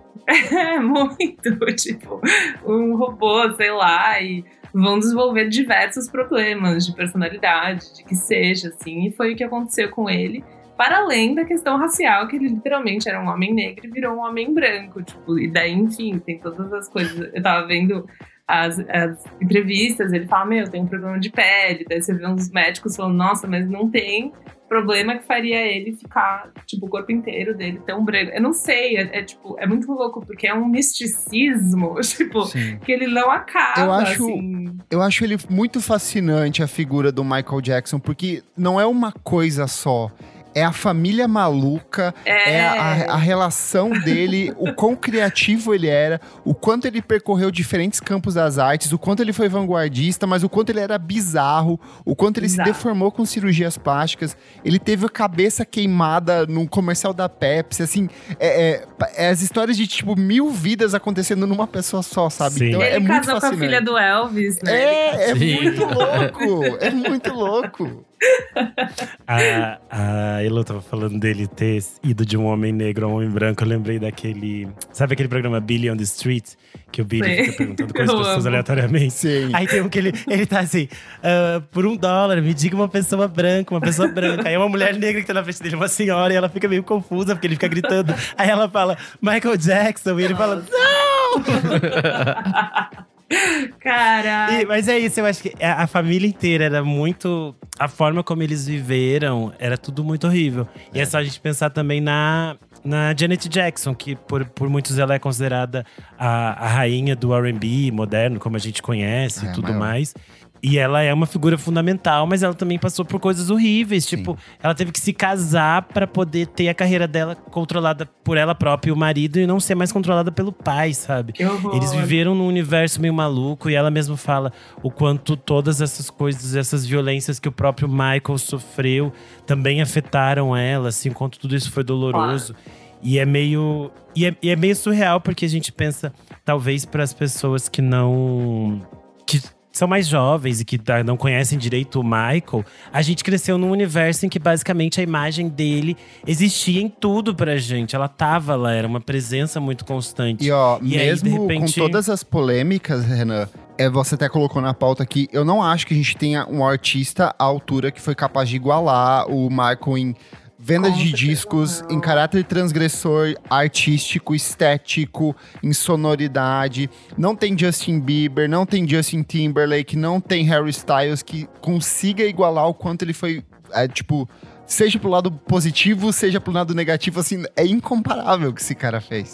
É, muito, tipo, um robô, sei lá, e vão desenvolver diversos problemas de personalidade, de que seja, assim, e foi o que aconteceu com ele. Para além da questão racial, que ele literalmente era um homem negro e virou um homem branco, tipo, e daí, enfim, tem todas as coisas. Eu tava vendo as, as entrevistas, ele fala, meu, tem um problema de pele, daí você vê uns médicos falando, nossa, mas não tem problema que faria ele ficar, tipo, o corpo inteiro dele tão branco. Eu não sei, é, é tipo, é muito louco, porque é um misticismo, tipo, Sim. que ele não acaba, eu acho, assim. Eu acho ele muito fascinante, a figura do Michael Jackson, porque não é uma coisa só. É a família maluca, é, é a, a relação dele, o quão criativo ele era, o quanto ele percorreu diferentes campos das artes, o quanto ele foi vanguardista, mas o quanto ele era bizarro, o quanto ele Exato. se deformou com cirurgias plásticas. Ele teve a cabeça queimada num comercial da Pepsi, assim, é, é, é as histórias de, tipo, mil vidas acontecendo numa pessoa só, sabe? Sim. Então ele é muito casou com a filha do Elvis, né? É, é muito louco, é muito louco. A, a Elo tava falando dele ter ido de um homem negro a um homem branco. Eu lembrei daquele… Sabe aquele programa Billy on the Street? Que o Billy Sim. fica perguntando coisas às pessoas aleatoriamente. Sim. Aí tem um que ele, ele tá assim… Uh, por um dólar, me diga uma pessoa branca, uma pessoa branca. Aí é uma mulher negra que tá na frente dele, uma senhora. E ela fica meio confusa, porque ele fica gritando. Aí ela fala, Michael Jackson. E ele fala, não! Caralho. Mas é isso, eu acho que a família inteira era muito… A forma como eles viveram era tudo muito horrível. É. E é só a gente pensar também na, na Janet Jackson, que por, por muitos ela é considerada a, a rainha do R and B moderno, como a gente conhece é, e tudo maior. mais. E ela é uma figura fundamental, mas ela também passou por coisas horríveis. Sim. Tipo, ela teve que se casar pra poder ter a carreira dela controlada por ela própria e o marido, e não ser mais controlada pelo pai, sabe? Que horror. Eles viveram num universo meio maluco, e ela mesma fala o quanto todas essas coisas, essas violências que o próprio Michael sofreu também afetaram ela, assim, o quanto tudo isso foi doloroso. Ah. E é meio… E é, e é meio surreal, porque a gente pensa, talvez, para as pessoas que não… que são mais jovens e que não conhecem direito o Michael, a gente cresceu num universo em que basicamente a imagem dele existia em tudo pra gente. Ela tava lá, era uma presença muito constante. E ó, e mesmo aí, de repente… com todas as polêmicas, Renan, é, você até colocou na pauta aqui, eu não acho que a gente tenha um artista à altura que foi capaz de igualar o Michael em venda de discos, em caráter transgressor, artístico, estético, em sonoridade. Não tem Justin Bieber, não tem Justin Timberlake, não tem Harry Styles que consiga igualar o quanto ele foi, é, tipo, seja pro lado positivo, seja pro lado negativo, assim, é incomparável o que esse cara fez.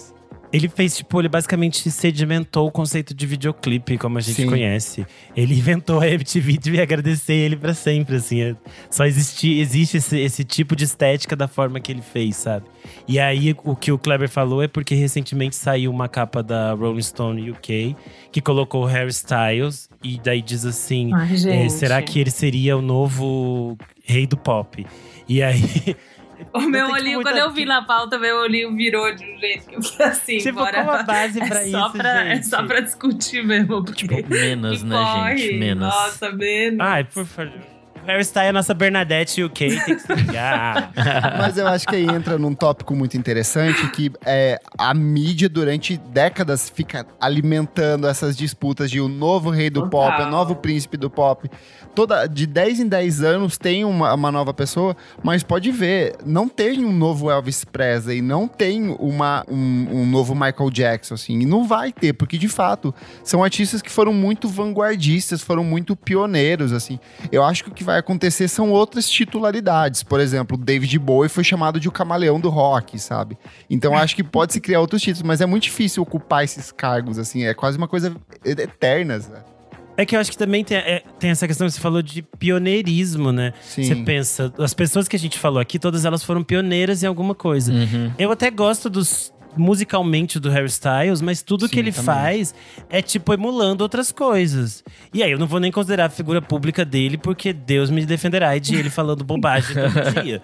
Ele fez, tipo, ele basicamente sedimentou o conceito de videoclipe, como a gente Sim. conhece. Ele inventou a M T V, devia agradecer ele pra sempre, assim. É, só existe, existe esse, esse tipo de estética da forma que ele fez, sabe? E aí, o que o Kleber falou é porque recentemente saiu uma capa da Rolling Stone U K, que colocou o Harry Styles. E daí diz assim, Ai, é, gente. será que ele seria o novo rei do pop? E aí… O meu tem, tipo, olhinho, muita- quando eu vi na pauta, meu olhinho virou de um jeito que eu falei assim, Tipo, bora. qual a base pra é só isso, pra, É gente? só pra discutir mesmo, porque… Tipo, menos, que né, corre. gente? Menos. Nossa, menos. Ai, por favor. Harry Styles é a nossa Bernadette U K, tem que se ligar. Mas eu acho que aí entra num tópico muito interessante que é, a mídia durante décadas fica alimentando essas disputas de o novo rei do Total. pop, o novo príncipe do pop. Toda, de dez em dez anos tem uma, uma nova pessoa, mas pode ver, não tem um novo Elvis Presley, não tem uma, um, um novo Michael Jackson, assim, e não vai ter, porque de fato são artistas que foram muito vanguardistas, foram muito pioneiros, assim. Eu acho que o que vai acontecer são outras titularidades. Por exemplo, David Bowie foi chamado de o camaleão do rock, sabe? Então acho que pode se criar outros títulos, mas é muito difícil ocupar esses cargos, assim. É quase uma coisa eterna, sabe? É que eu acho que também tem, é, tem essa questão que você falou de pioneirismo, né? Sim. Você pensa, as pessoas que a gente falou aqui, todas elas foram pioneiras em alguma coisa. Uhum. Eu até gosto dos… musicalmente do Harry Styles, mas tudo Sim, que ele também. faz é tipo emulando outras coisas. E aí eu não vou nem considerar a figura pública dele, porque Deus me defenderá de ele falando bobagem todo dia.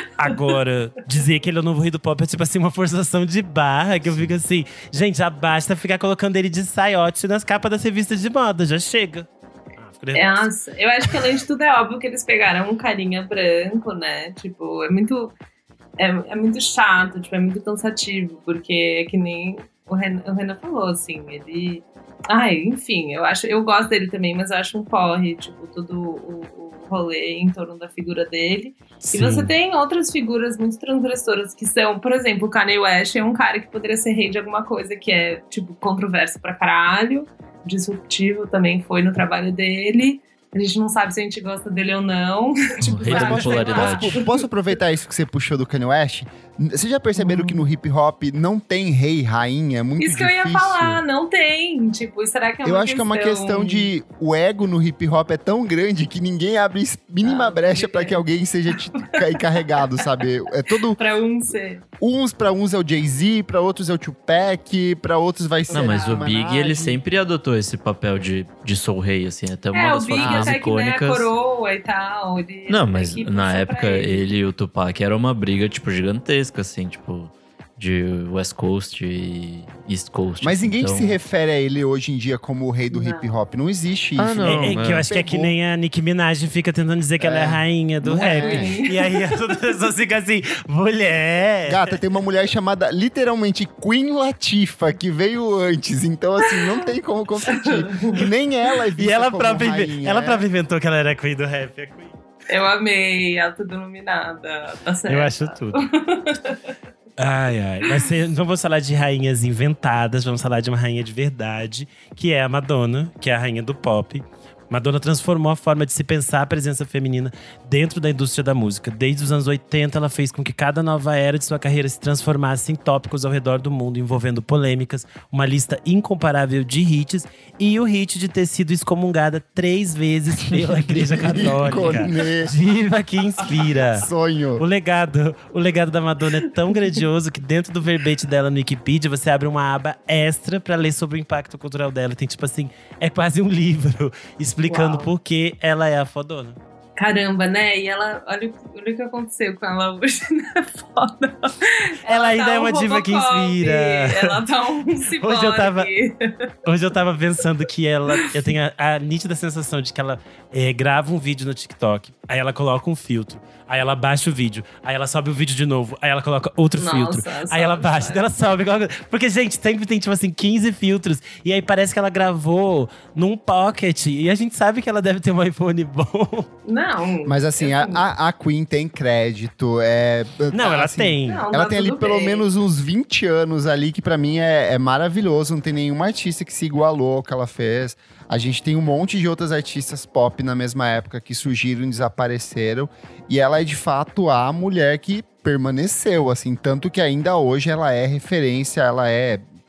Agora, dizer que ele é o novo rei do pop é tipo assim uma forçação de barra, que eu fico assim, gente, já basta ficar colocando ele de saiote nas capas das revistas de moda, já chega. Ah, fico É, nervosa. nossa, eu acho que além de tudo é óbvio que eles pegaram um carinha branco, né? Tipo, é muito… É, é muito chato, tipo, é muito cansativo, porque é que nem o Renan, o Renan falou, assim, ele… Ai, enfim, eu acho, eu gosto dele também, mas eu acho um porre, tipo, todo o, o rolê em torno da figura dele. Sim. E você tem outras figuras muito transgressoras que são, por exemplo, o Kanye West é um cara que poderia ser rei de alguma coisa que é, tipo, controverso pra caralho, disruptivo também foi no trabalho dele. A gente não sabe se a gente gosta dele ou não. tipo, rei da sabe? popularidade. Posso, posso aproveitar isso que você puxou do Kanye West? Vocês já perceberam que no hip hop não tem rei e rainha? É muito Isso que difícil. eu ia falar, não tem. Tipo, será que é uma Eu acho que é uma questão de… O ego no hip hop é tão grande que ninguém abre mínima Ah, brecha é. pra que alguém seja t- encarregado, sabe? É todo… Pra um ser. Uns pra uns é o Jay-Z, pra outros é o Tupac, pra outros vai ser… Não, mas a o Big, Managem. ele sempre adotou esse papel de, de soul rei, assim. Até uma É, das o Big fotos mais até que né, a icônicas. coroa e tal. Ele, Não, a mas equipe na puxou época, pra ele e o Tupac era uma briga, tipo, gigantesca, assim, tipo, de West Coast e East Coast. Mas assim, ninguém então… se refere a ele hoje em dia como o rei do Não. hip hop. Não existe isso. Ah, não. É, é que eu é. acho que é que Pegou. nem a Nicki Minaj fica tentando dizer que ela é a É. rainha do Não rap. é. E aí as outras pessoas ficam assim, mulher… Gata, tem uma mulher chamada literalmente Queen Latifah, que veio antes. Então, assim, não tem como competir. E nem ela é vista E ela como própria, inve- rainha, ela é. própria inventou que ela era queen do rap. É queen. Eu amei, autodenominada. Tá certo. Eu acho tudo. Ai, ai. Mas se- não vamos falar de rainhas inventadas, vamos falar de uma rainha de verdade, que é a Madonna, que é a rainha do pop. Madonna transformou a forma de se pensar a presença feminina dentro da indústria da música. Desde os anos oitenta, ela fez com que cada nova era de sua carreira se transformasse em tópicos ao redor do mundo, envolvendo polêmicas, uma lista incomparável de hits e o hit de ter sido excomungada três vezes pela Igreja Católica. Ícone. Diva que inspira. O Sonho. legado, o legado da Madonna é tão grandioso que dentro do verbete dela no Wikipedia, você abre uma aba extra pra ler sobre o impacto cultural dela. Tem tipo assim, é quase um livro explicando Uau. por que ela é a fodona. Caramba, né? E ela, olha, o- olha o que aconteceu com ela hoje, né? Foda. Ela ainda é um uma diva que Robocop, inspira. Ela tá um ciborgue. Hoje eu tava- Hoje eu tava pensando que ela… Eu tenho a, a nítida sensação de que ela é, grava um vídeo no TikTok, aí ela coloca um filtro, aí ela baixa o vídeo, aí ela sobe o vídeo de novo, aí ela coloca outro Nossa, filtro, sobe, aí ela baixa, sobe. daí ela sobe. coloca- Porque, gente, sempre tem, tipo assim, quinze filtros. E aí parece que ela gravou num pocket. E a gente sabe que ela deve ter um iPhone bom. Não. Mas assim, a, a, a Queen tem crédito. É, Não, ela assim, tem. Não, Ela tá tem ali tudo pelo bem. menos uns vinte anos ali, que pra mim é, é maravilhoso. Não tem nenhuma artista que se igualou ao que ela fez. A gente tem um monte de outras artistas pop na mesma época que surgiram e desapareceram. E ela é de fato a mulher que permaneceu, assim. Tanto que ainda hoje ela é referência, ela é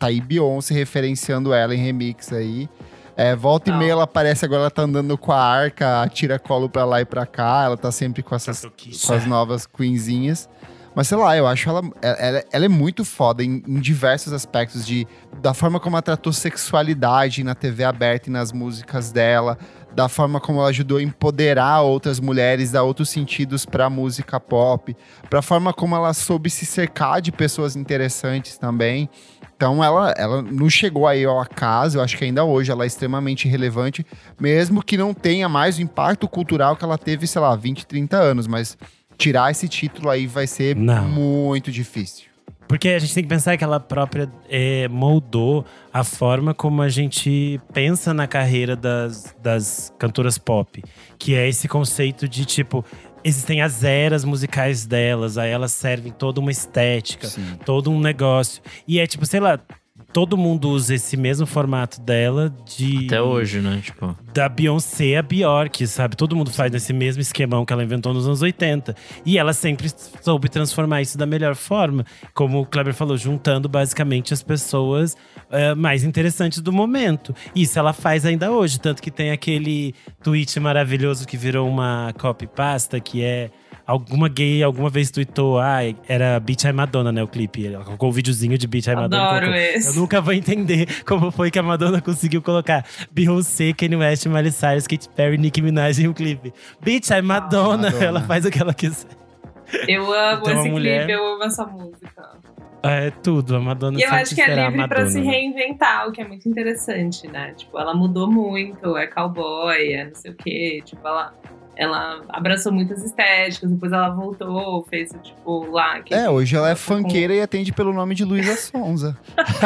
tá aí Beyoncé referenciando ela em remix aí. É, volta Não. e meia ela aparece, agora ela tá andando com a arca, tira colo pra lá e pra cá. Ela tá sempre com essas com as novas queenzinhas. Mas sei lá, eu acho ela, ela, ela é muito foda em, em diversos aspectos de, da forma como ela tratou sexualidade na T V aberta e nas músicas dela, da forma como ela ajudou a empoderar outras mulheres, dar outros sentidos pra música pop, pra forma como ela soube se cercar de pessoas interessantes também. Então ela, ela não chegou aí ao acaso, eu acho que ainda hoje ela é extremamente relevante, mesmo que não tenha mais o impacto cultural que ela teve, sei lá, vinte, trinta anos, mas tirar esse título aí vai ser não. muito difícil. Porque a gente tem que pensar que ela própria é, moldou a forma como a gente pensa na carreira das, das cantoras pop. Que é esse conceito de, tipo… Existem as eras musicais delas, aí elas servem toda uma estética, Sim. todo um negócio. E é tipo, sei lá… Todo mundo usa esse mesmo formato dela de… Até hoje, né? Tipo… Da Beyoncé a Bjork, sabe? Todo mundo faz nesse mesmo esquemão que ela inventou nos anos oitenta. E ela sempre soube transformar isso da melhor forma. Como o Kleber falou, juntando basicamente as pessoas uh, mais interessantes do momento. Isso ela faz ainda hoje. Tanto que tem aquele tweet maravilhoso que virou uma copypasta, que é… Alguma gay alguma vez tweetou, ah, era Beat I Madonna, né, o clipe. Ela colocou o um videozinho de Beat I Madonna. Adoro esse. Eu nunca vou entender como foi que a Madonna conseguiu colocar Beyoncé, Kanye West, Miley Cyrus, Katy Perry, Nicki Minaj em um clipe. Beat I Madonna, ah, Madonna, ela faz o que ela quiser. Eu amo então, esse mulher… clipe, eu amo essa música. É tudo, a Madonna. E eu acho que é livre Madonna, pra se reinventar, o que é muito interessante, né? Tipo, ela mudou muito, é cowboy, é não sei o quê, tipo, ela… Ela abraçou muitas estéticas, depois ela voltou, fez tipo lá… Que é, hoje ela é funkeira com… e atende pelo nome de Luísa Sonza.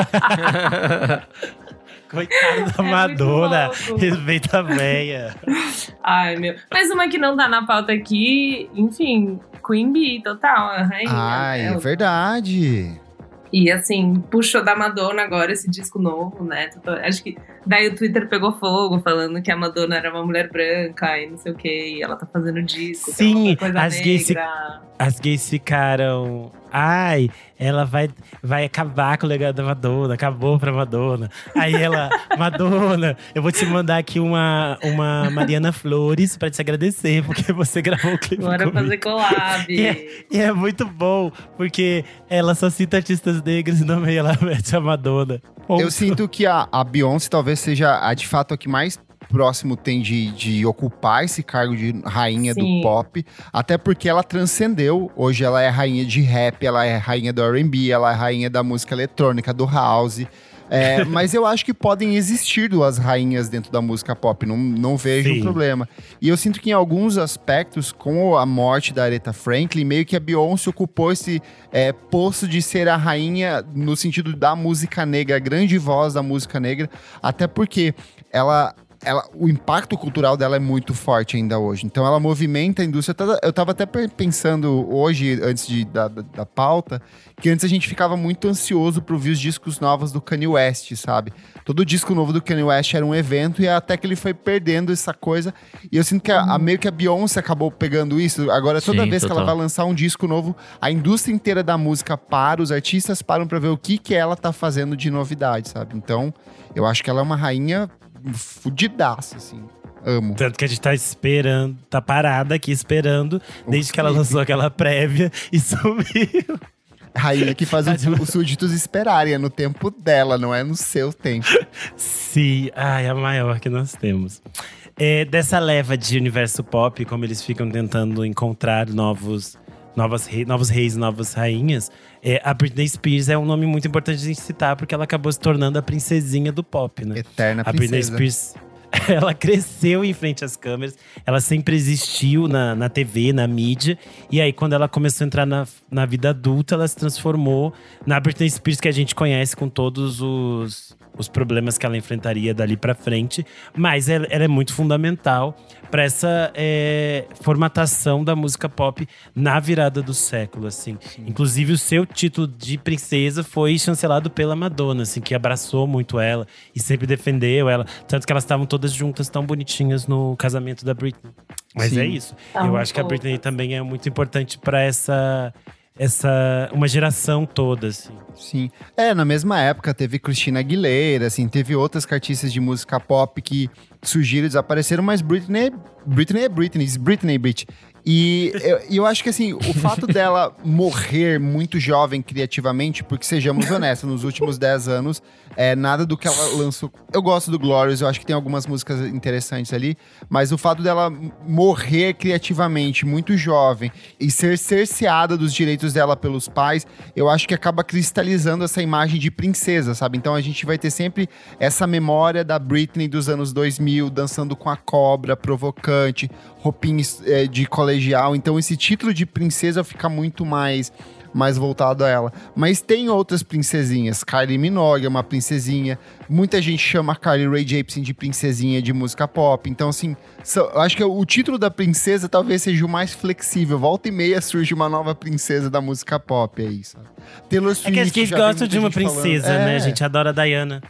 Coitada da é Madonna, respeita a véia. Ai, meu. Mas uma que não tá na pauta aqui, enfim, Queen Bee, total, a rainha. Ai, é verdade. E assim, puxou da Madonna agora esse disco novo, né? Acho que daí o Twitter pegou fogo, falando que a Madonna era uma mulher branca e não sei o que, e ela tá fazendo disco. Sim, coisa as, negra. gays fi- as gays ficaram… Ai, ela vai, vai acabar com o legado da Madonna, acabou pra Madonna. Aí ela, Madonna, eu vou te mandar aqui uma, uma Mariana Flores pra te agradecer, porque você gravou o clipe Bora comigo. fazer collab. E é, e é muito bom, porque ela só cita artistas negros e no meio ela mete a Madonna. Ponto. Eu sinto que a, a Beyoncé talvez seja a, de fato a que mais próximo tem de, de ocupar esse cargo de rainha Sim. do pop, até porque ela transcendeu. Hoje ela é rainha de rap, ela é rainha do R and B, ela é rainha da música eletrônica, do house. É, mas eu acho que podem existir duas rainhas dentro da música pop, não, não vejo um problema. E eu sinto que em alguns aspectos, com a morte da Aretha Franklin, meio que a Beyoncé ocupou esse é, posto de ser a rainha no sentido da música negra, a grande voz da música negra, até porque ela… Ela, o impacto cultural dela é muito forte ainda hoje. Então ela movimenta a indústria. Eu tava até pensando hoje, antes de, da, da, da pauta, que antes a gente ficava muito ansioso para ouvir os discos novos do Kanye West, sabe? Todo disco novo do Kanye West era um evento e até que ele foi perdendo essa coisa. E eu sinto que a, a, meio que a Beyoncé acabou pegando isso. Agora, toda Sim, vez total. que ela vai lançar um disco novo, a indústria inteira da música para, os artistas param para ver o que, que ela tá fazendo de novidade, sabe? Então, eu acho que ela é uma rainha fudidaça, assim. Amo. Tanto que a gente tá esperando, tá parada aqui esperando, o desde clipe. que ela lançou aquela prévia e sumiu. Rainha que faz o, os súditos esperarem, é no tempo dela, não é no seu tempo. Sim, ai, a maior que nós temos. É, dessa leva de universo pop, como eles ficam tentando encontrar novos… Novas rei, novos reis e novas rainhas, é, a Britney Spears é um nome muito importante de citar, porque ela acabou se tornando a princesinha do pop, né? Eterna a princesa. A Britney Spears, ela cresceu em frente às câmeras, ela sempre existiu na, na T V, na mídia. E aí, quando ela começou a entrar na, na vida adulta, ela se transformou na Britney Spears que a gente conhece, com todos os… os problemas que ela enfrentaria dali pra frente. Mas ela, ela é muito fundamental para essa é, formatação da música pop na virada do século, assim. Sim. Inclusive, o seu título de princesa foi chancelado pela Madonna, assim, que abraçou muito ela e sempre defendeu ela. Tanto que elas estavam todas juntas, tão bonitinhas no casamento da Britney. Mas Sim. é isso. Tá Eu acho que a Britney também é muito importante para essa… essa uma geração toda, assim. Sim. É, na mesma época teve Christina Aguilera, assim, teve outras artistas de música pop que surgiram e desapareceram, mas Britney, Britney é Britney, Britney é Britney. E eu, eu acho que, assim, o fato dela morrer muito jovem criativamente, porque sejamos honestos, nos últimos dez anos, é, nada do que ela lançou… Eu gosto do Glorious, eu acho que tem algumas músicas interessantes ali, mas o fato dela morrer criativamente muito jovem e ser cerceada dos direitos dela pelos pais, eu acho que acaba cristalizando essa imagem de princesa, sabe? Então a gente vai ter sempre essa memória da Britney dos anos dois mil, dançando com a cobra, provocante, roupinhas é, de colegial. Então esse título de princesa fica muito mais, mais voltado a ela. Mas tem outras princesinhas. Kylie Minogue é uma princesinha. Muita gente chama a Carly Rae Jepsen de princesinha de música pop. Então, assim, so, eu acho que o título da princesa talvez seja o mais flexível. Volta e meia surge uma nova princesa da música pop, é isso. Taylor Swift, é que a gente gosta de uma princesa, falando. né? É. A gente adora a Diana.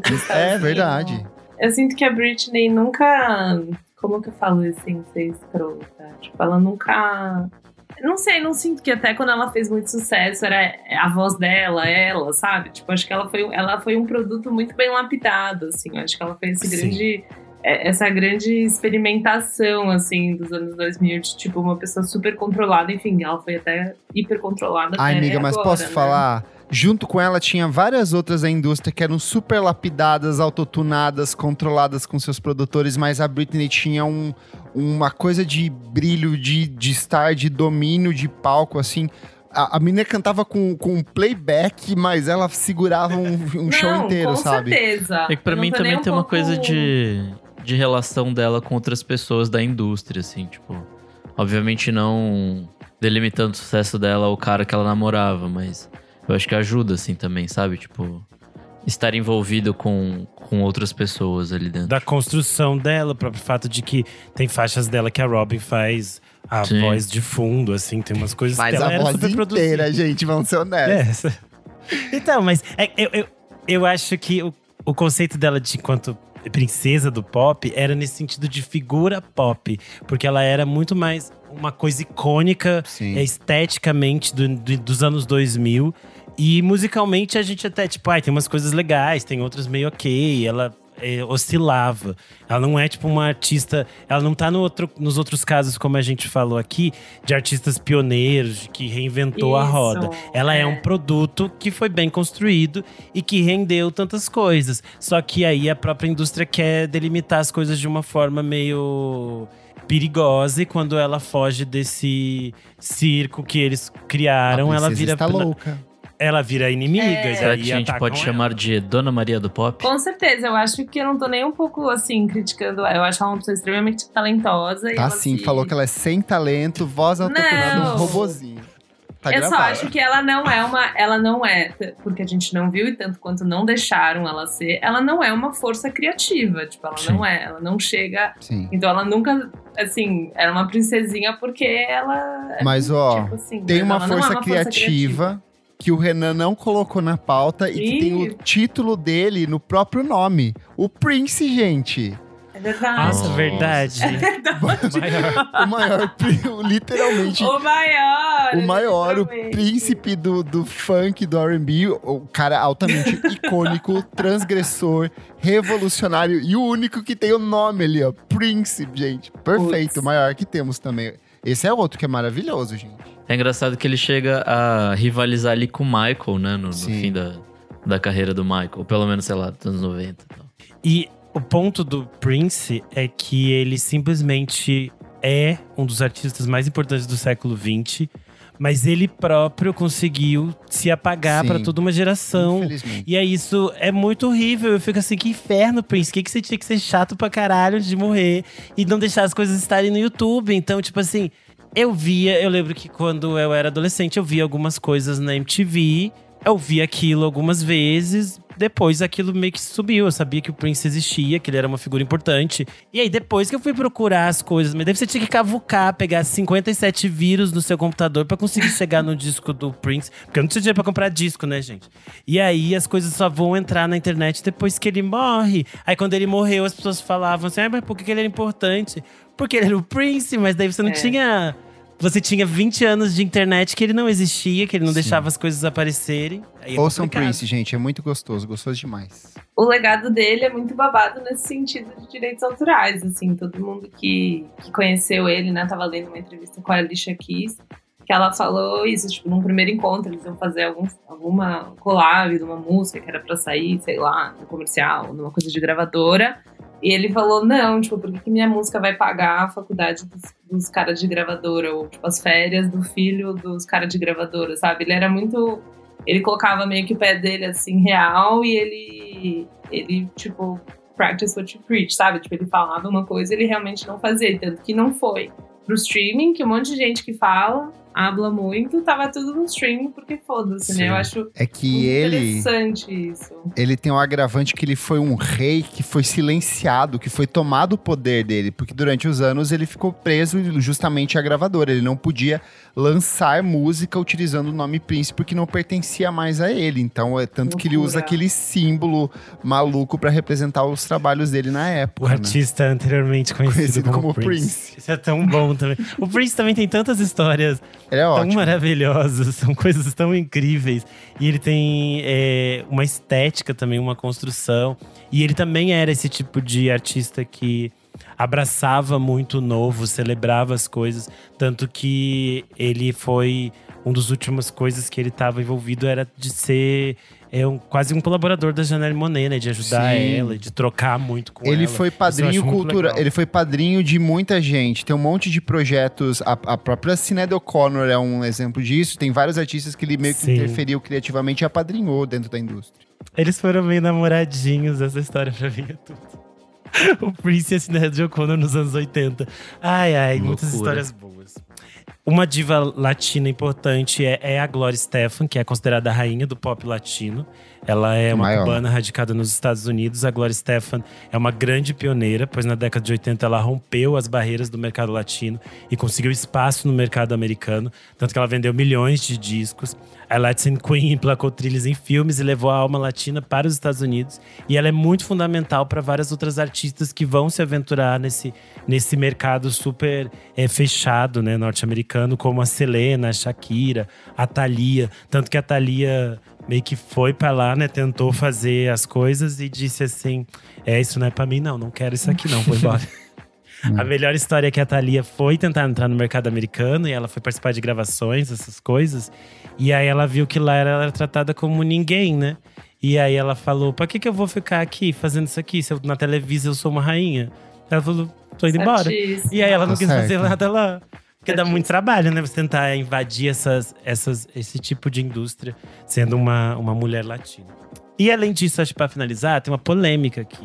É verdade. Eu sinto que a Britney nunca… Como que eu falo isso sem ser escrota? Tipo, ela nunca… Não sei, não sinto que até quando ela fez muito sucesso era a voz dela, ela, sabe? Tipo, acho que ela foi, ela foi um produto muito bem lapidado, assim. Acho que ela fez esse grande, essa grande experimentação, assim, dos anos dois mil, de, tipo, uma pessoa super controlada. Enfim, ela foi até hiper controlada. Ai, amiga, mas agora, posso né? falar… Junto com ela tinha várias outras da indústria que eram super lapidadas, autotunadas, controladas com seus produtores, mas a Britney tinha um, uma coisa de brilho, de, de estar, de domínio de palco, assim. A, a menina cantava com, com playback, mas ela segurava um, um Não, show inteiro, com sabe? certeza. É que pra Eu não mim tô também nem um tem uma pouco- coisa de, de relação dela com outras pessoas da indústria, assim, tipo… Obviamente não delimitando o sucesso dela ao cara que ela namorava, mas… Eu acho que ajuda, assim, também, sabe? Tipo, estar envolvido com, com outras pessoas ali dentro. Da construção dela, o próprio fato de que tem faixas dela que a Robin faz a Sim. voz de fundo, assim, tem umas coisas Faz que ela a era voz super produzida. inteira, gente, vamos ser honestos. É. Então, mas é, eu, eu, eu acho que o, o conceito dela de enquanto princesa do pop era nesse sentido de figura pop. Porque ela era muito mais uma coisa icônica, Sim. é, esteticamente do, do- dos anos dois mil. E musicalmente a gente até, tipo, ai, tem umas coisas legais, tem outras meio ok. Ela é, oscilava. Ela não é, tipo, uma artista… Ela não tá no outro, nos outros casos, como a gente falou aqui, de artistas pioneiros, que reinventou a Isso, roda. Ela é. é. um produto que foi bem construído e que rendeu tantas coisas. Só que aí a própria indústria quer delimitar as coisas de uma forma meio perigosa. E quando ela foge desse circo que eles criaram, A ela princesa vira… está louca. Ela vira inimiga. É. e Será aí que a gente atacam pode ela. chamar de Dona Maria do Pop? Com certeza, eu acho que eu não tô nem um pouco, assim, criticando ela. Eu acho ela uma pessoa extremamente talentosa. e Tá ela sim, se- falou que ela é sem talento, voz autotunada, um Não. robozinho. Tá eu gravado. só acho que ela não é uma… Ela não é… Porque a gente não viu e tanto quanto não deixaram ela ser… Ela não é uma força criativa. Tipo, ela Sim. não é. Ela não chega… Sim. Então ela nunca… Assim, era uma princesinha porque ela… é Mas, muito, ó, tipo assim, Tem mas uma ela não é força uma criativa que o Renan não colocou na pauta e que tem o Ih. título dele no próprio nome. O Prince, gente. É verdade. Nossa, Nossa. verdade. Maior. O maior, pri- literalmente, O maior! o maior, o literalmente. príncipe do, do funk, do R and B, o cara altamente icônico, transgressor, revolucionário e o único que tem o nome ali, ó, Prince, gente. Perfeito, Putz. o maior que temos também. Esse é outro que é maravilhoso, gente. É engraçado que ele chega a rivalizar ali com o Michael, né? No, no Sim. fim da, da carreira do Michael. Pelo menos, sei lá, dos anos noventa. e tal. E o ponto do Prince é que ele simplesmente é um dos artistas mais importantes do século vinte, mas ele próprio conseguiu se apagar Sim. pra toda uma geração. Infelizmente. E aí isso é muito horrível. Eu fico assim, que inferno, Prince. Que que você tinha que ser chato pra caralho antes de morrer e não deixar as coisas estarem no YouTube? Então, tipo assim, eu via… Eu lembro que quando eu era adolescente, eu via algumas coisas na M T V. Eu vi aquilo algumas vezes. Depois aquilo meio que subiu. Eu sabia que o Prince existia, que ele era uma figura importante. E aí depois que eu fui procurar as coisas… Mas daí você tinha que cavucar, pegar cinquenta e sete vírus no seu computador pra conseguir chegar no disco do Prince. Porque eu não tinha dinheiro pra comprar disco, né, gente? E aí as coisas só vão entrar na internet depois que ele morre. Aí quando ele morreu, as pessoas falavam assim… Ah, mas por que que ele era importante? Porque ele era o Prince, mas daí você não É. tinha… Você tinha vinte anos de internet que ele não existia, que ele não Sim. deixava as coisas aparecerem. Aí é Ouçam complicado. Prince, gente, é muito gostoso, gostoso demais. O legado dele é muito babado nesse sentido de direitos autorais, assim, todo mundo que, que conheceu ele, né, tava lendo uma entrevista com a Alicia Keys, que ela falou isso, tipo, num primeiro encontro eles iam fazer algum, alguma collab de uma música que era pra sair, sei lá, no comercial, numa coisa de gravadora, e ele falou, não, tipo, por que, que minha música vai pagar a faculdade dos, dos caras de gravadora, ou, tipo, as férias do filho dos caras de gravadora, sabe? Ele era muito… Ele colocava meio que o pé dele, assim, real, e ele, ele, tipo, practice what you preach, sabe? Tipo, ele falava uma coisa e ele realmente não fazia, tanto que não foi pro streaming, que um monte de gente que fala… habla muito, tava tudo no streaming, porque foda-se, né? Eu acho é que ele, interessante isso. Ele tem um agravante que ele foi um rei que foi silenciado, que foi tomado o poder dele, porque durante os anos ele ficou preso justamente à gravadora. Ele não podia lançar música utilizando o nome Prince, porque não pertencia mais a ele. Então, é tanto Loucura. que ele usa aquele símbolo maluco pra representar os trabalhos dele na época. O né? artista anteriormente conhecido, conhecido como, como Prince. Prince. Isso é tão bom também. O Prince também tem tantas histórias Ele é tão ótimo. maravilhosas, são coisas tão incríveis. E ele tem é, uma estética também, uma construção. E ele também era esse tipo de artista que abraçava muito o novo, celebrava as coisas. Tanto que ele foi… Uma das últimas coisas que ele estava envolvido era de ser… É um, quase um colaborador da Janelle Monáe, né? De ajudar Sim. ela, de trocar muito com ele ela. Foi padrinho cultural. Ele foi padrinho de muita gente. Tem um monte de projetos. A, a própria Sinéad O'Connor é um exemplo disso. Tem vários artistas que ele meio que Sim. interferiu criativamente e apadrinhou dentro da indústria. Eles foram meio namoradinhos, essa história pra mim é tudo. O Prince e a Sinéad O'Connor nos anos oitenta. Ai, ai, Loucura. Muitas histórias boas. Uma diva latina importante é, é a Gloria Estefan, que é considerada a rainha do pop latino. Ela é uma Maior. cubana radicada nos Estados Unidos. A Gloria Estefan é uma grande pioneira, pois na década de oitenta ela rompeu as barreiras do mercado latino e conseguiu espaço no mercado americano. Tanto que ela vendeu milhões de discos. A Latin Queen emplacou trilhas em filmes e levou a alma latina para os Estados Unidos. E ela é muito fundamental para várias outras artistas que vão se aventurar nesse, nesse mercado super é, fechado, né, norte-americano, como a Selena, a Shakira, a Thalia. Tanto que a Thalia meio que foi para lá, né, tentou fazer as coisas e disse assim, é, isso não é para mim não, não quero isso aqui não, vou embora. A melhor história é que a Thalia foi tentar entrar no mercado americano e ela foi participar de gravações, essas coisas. E aí ela viu que lá ela era tratada como ninguém, né? E aí ela falou, pra que que eu vou ficar aqui fazendo isso aqui? Se eu, na televisão eu sou uma rainha. Ela falou, tô indo embora. E aí ela não tá quis certo. fazer nada lá. Porque dá muito trabalho, né? Você tentar invadir essas, essas, esse tipo de indústria sendo uma, uma mulher latina. E além disso, acho que pra finalizar, tem uma polêmica aqui.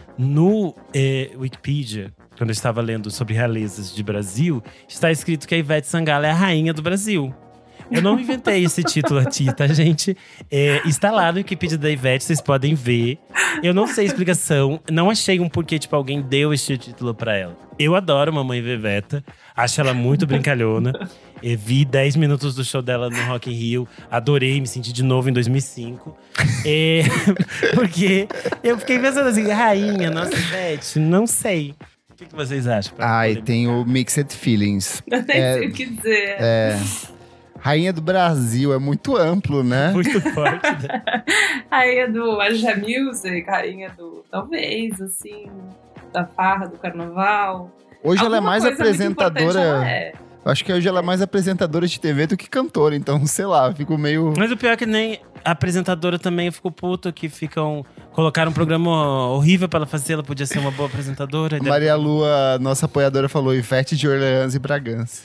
No eh, Wikipedia, quando eu estava lendo sobre realezas de Brasil, está escrito que a Ivete Sangalo é a rainha do Brasil. Eu não inventei esse título aqui, tá, gente? É, está lá no Wikipedia da Ivete, vocês podem ver. Eu não sei a explicação, não achei um porquê, tipo, alguém deu esse título pra ela. Eu adoro Mamãe Veveta, acho ela muito brincalhona. Eu vi dez minutos do show dela no Rock in Rio, adorei, me senti de novo em dois mil e cinco. É, porque eu fiquei pensando assim, rainha, nossa, Ivete, não sei. O que, que vocês acham? Ai, tem o Mixed Feelings. Eu nem é, sei o que dizer. É… Rainha do Brasil, é muito amplo, né? Muito forte, né? Rainha do Aja Music, rainha do… Talvez, assim… Da farra, do carnaval. Hoje ela é mais apresentadora… Ela é. Acho que hoje ela é mais apresentadora de T V do que cantora. Então, sei lá, fico meio… Mas o pior é que nem a apresentadora também ficou puta. Que ficam… Colocaram um programa horrível pra ela fazer. Ela podia ser uma boa apresentadora. Maria Lua, nossa apoiadora, falou Ivete de Orleans e Bragança.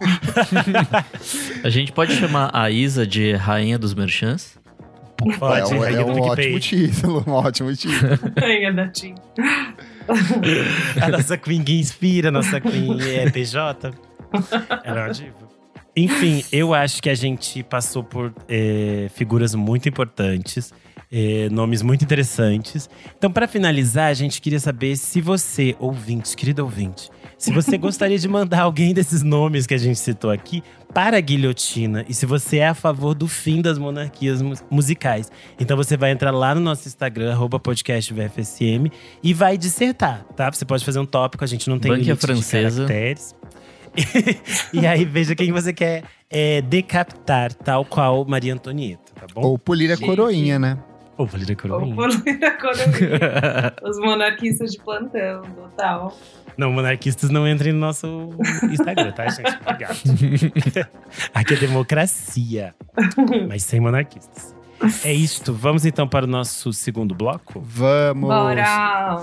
A gente pode chamar a Isa de Rainha dos Merchants? Pode, é um, é um ótimo título, um ótimo título. Rainha da Tim. A nossa Queen que inspira, a nossa Queen é P J. Ela é uma diva. Enfim, eu acho que a gente passou por é, figuras muito importantes. É, nomes muito interessantes. Então, para finalizar, a gente queria saber se você, ouvinte, querido ouvinte, se você gostaria de mandar alguém desses nomes que a gente citou aqui para a guilhotina. E se você é a favor do fim das monarquias mu- musicais. Então você vai entrar lá no nosso Instagram, arroba podcast V F S M, e vai dissertar, tá? Você pode fazer um tópico, a gente não tem Banque limite francesa. de caracteres. E aí, veja quem você quer é, decapitar, tal qual Maria Antonieta, tá bom? Ou polir a Gente. coroinha, né? Ou polir a coroinha. Ou polir a coroinha. Os monarquistas de plantão, total. Não, monarquistas não entrem no nosso Instagram, tá, gente? Obrigado. Aqui é democracia, mas sem monarquistas. É isto. Vamos então para o nosso segundo bloco? Vamos! Bora!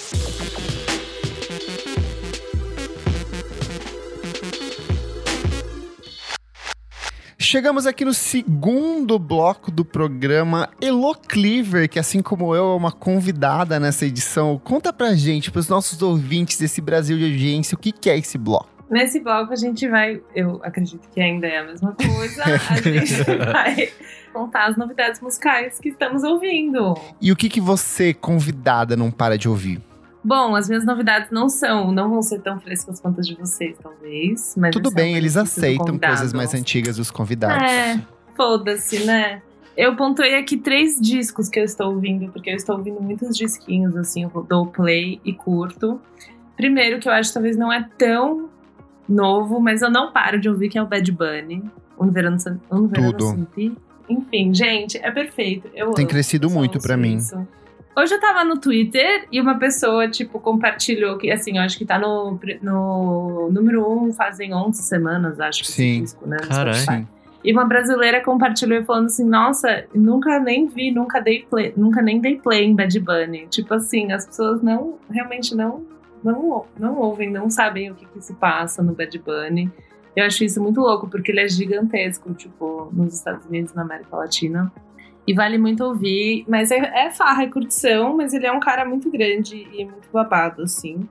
Chegamos aqui no segundo bloco do programa. Elo Cleaver, que assim como eu é uma convidada nessa edição. Conta pra gente, pros nossos ouvintes desse Brasil de audiência, o que, que é esse bloco? Nesse bloco a gente vai, eu acredito que ainda é a mesma coisa, a gente vai contar as novidades musicais que estamos ouvindo. E o que, que você, convidada, não para de ouvir? Bom, as minhas novidades não são, não vão ser tão frescas quanto as de vocês, talvez. Mas Tudo esse é bem, um eles benefício do aceitam convidado. coisas mais antigas dos convidados. É, foda-se, né? Eu pontuei aqui três discos que eu estou ouvindo, porque eu estou ouvindo muitos disquinhos, assim, eu dou play e curto. Primeiro, que eu acho que talvez não é tão novo, mas eu não paro de ouvir, que é o Bad Bunny. Um verano, um verano Tudo. Simpi. Enfim, gente, é perfeito. Eu Tem amo, crescido eu só muito ouço pra mim. isso. Hoje eu tava no Twitter e uma pessoa, tipo, compartilhou que, assim, eu acho que tá no, no número um fazem onze semanas, acho que Sim. esse disco, né? no Caralho. Spotify. Sim. E uma brasileira compartilhou falando assim, nossa, nunca nem vi, nunca dei play, nunca nem dei play em Bad Bunny. Tipo assim, as pessoas não, realmente não, não, não ouvem, não sabem o que, que se passa no Bad Bunny. Eu acho isso muito louco, porque ele é gigantesco, tipo, nos Estados Unidos, na América Latina. E vale muito ouvir, mas é, é farra, é curtição, mas ele é um cara muito grande e muito babado, assim.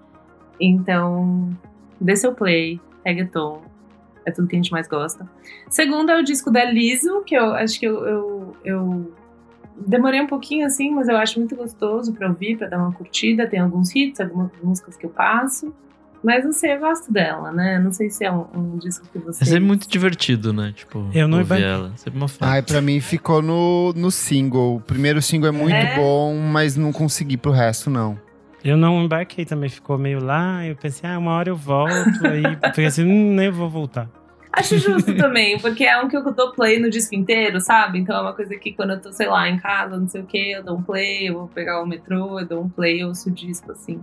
Então, dê seu play, reggaeton, é tudo que a gente mais gosta. Segundo é o disco da Lizzo, que eu acho que eu, eu, eu demorei um pouquinho, assim, mas eu acho muito gostoso pra ouvir, pra dar uma curtida. Tem alguns hits, algumas músicas que eu passo. Mas não sei, eu gosto dela, né? Não sei se é um, um disco que você... É sempre muito divertido, né? Tipo, Eu não ouvir embarquei. ela. Sempre uma foto. Ai, pra mim ficou no, no single. O primeiro single é muito É? bom, mas não consegui pro resto, não. Eu não embarquei também, ficou meio lá. Eu pensei, ah, uma hora eu volto. Aí fiquei assim, hum, nem vou voltar. Acho justo também, porque é um que eu dou play no disco inteiro, sabe? Então é uma coisa que quando eu tô, sei lá, em casa, não sei o que, eu dou um play, eu vou pegar o metrô, eu dou um play, eu ouço o disco, assim.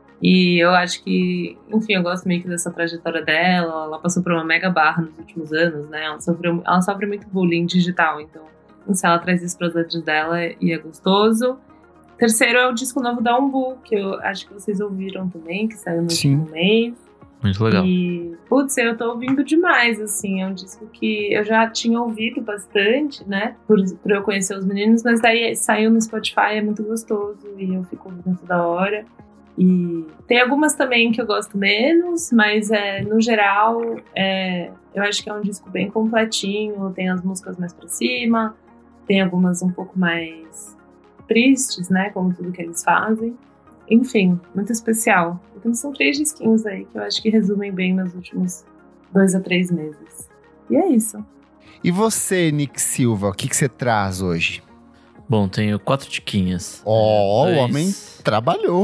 E eu acho que, enfim, eu gosto meio que dessa trajetória dela. Ela passou por uma mega barra nos últimos anos, né? Ela sofreu, ela sofre muito bullying digital, então não sei, ela traz isso para as letras dela e é gostoso. Terceiro é o disco novo da Umbu, que eu acho que vocês ouviram também, que saiu no Sim. último mês. Muito legal. E, putz, eu tô ouvindo demais, assim. É um disco que eu já tinha ouvido bastante, né? Por, por eu conhecer os meninos, mas daí saiu no Spotify, é muito gostoso e eu fico ouvindo toda hora. E tem algumas também que eu gosto menos, mas é, no geral, é, eu acho que é um disco bem completinho. Tem as músicas mais pra cima, tem algumas um pouco mais tristes, né? Como tudo que eles fazem. Enfim, muito especial. Então são três disquinhos aí que eu acho que resumem bem nos últimos dois a três meses. E é isso. E você, Nick Silva, o que, que você traz hoje? Bom, tenho quatro diquinhas. Ó, Dois- o homem trabalhou.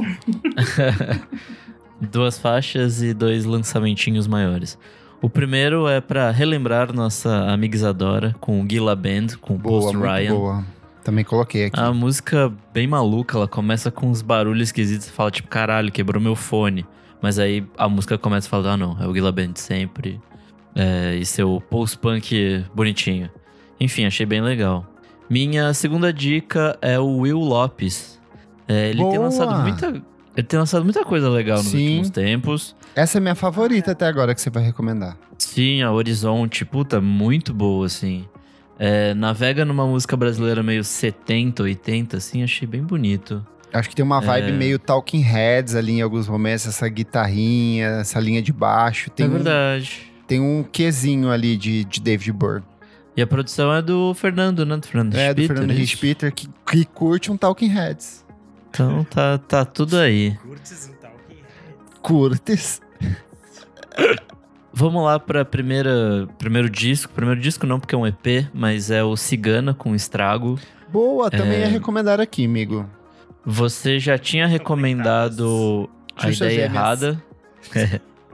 Duas faixas e dois lançamentinhos maiores. O primeiro é pra relembrar nossa amiga Isadora com o Gila Band, com o Boa, Post muito Ryan. boa. Também coloquei aqui. A música bem maluca, ela começa com uns barulhos esquisitos. Você fala, tipo, caralho, quebrou meu fone. Mas aí a música começa a falar, ah não, é o Gila Band sempre. É, e seu post-punk bonitinho. Enfim, achei bem legal. Minha segunda dica é o Will Lopes. É, ele tem Boa! lançado muita... Ele tem lançado muita coisa legal nos Sim. últimos tempos. Essa é a minha favorita até agora que você vai recomendar. Sim, a Horizonte, puta, muito boa, assim. É, navega numa música brasileira meio setenta, oitenta, assim, achei bem bonito. Acho que tem uma vibe É. meio Talking Heads ali em alguns momentos, essa guitarrinha, essa linha de baixo. Tem é um, verdade. tem um quezinho ali de, de David Byrne. E a produção é do Fernando, né? Do Fernando É, do Rispiter, Fernando isso? Rispiter, que, que curte um Talking Heads. Então tá, tá tudo aí. Curtes um Talking Heads. Curtes. Vamos lá pra primeira, primeiro disco. Primeiro disco não, porque é um E P, mas é o Cigana com Estrago. Boa, também É. ia recomendar aqui, amigo. Você já tinha recomendado a Xuxa ideia Gêmeas. errada. É.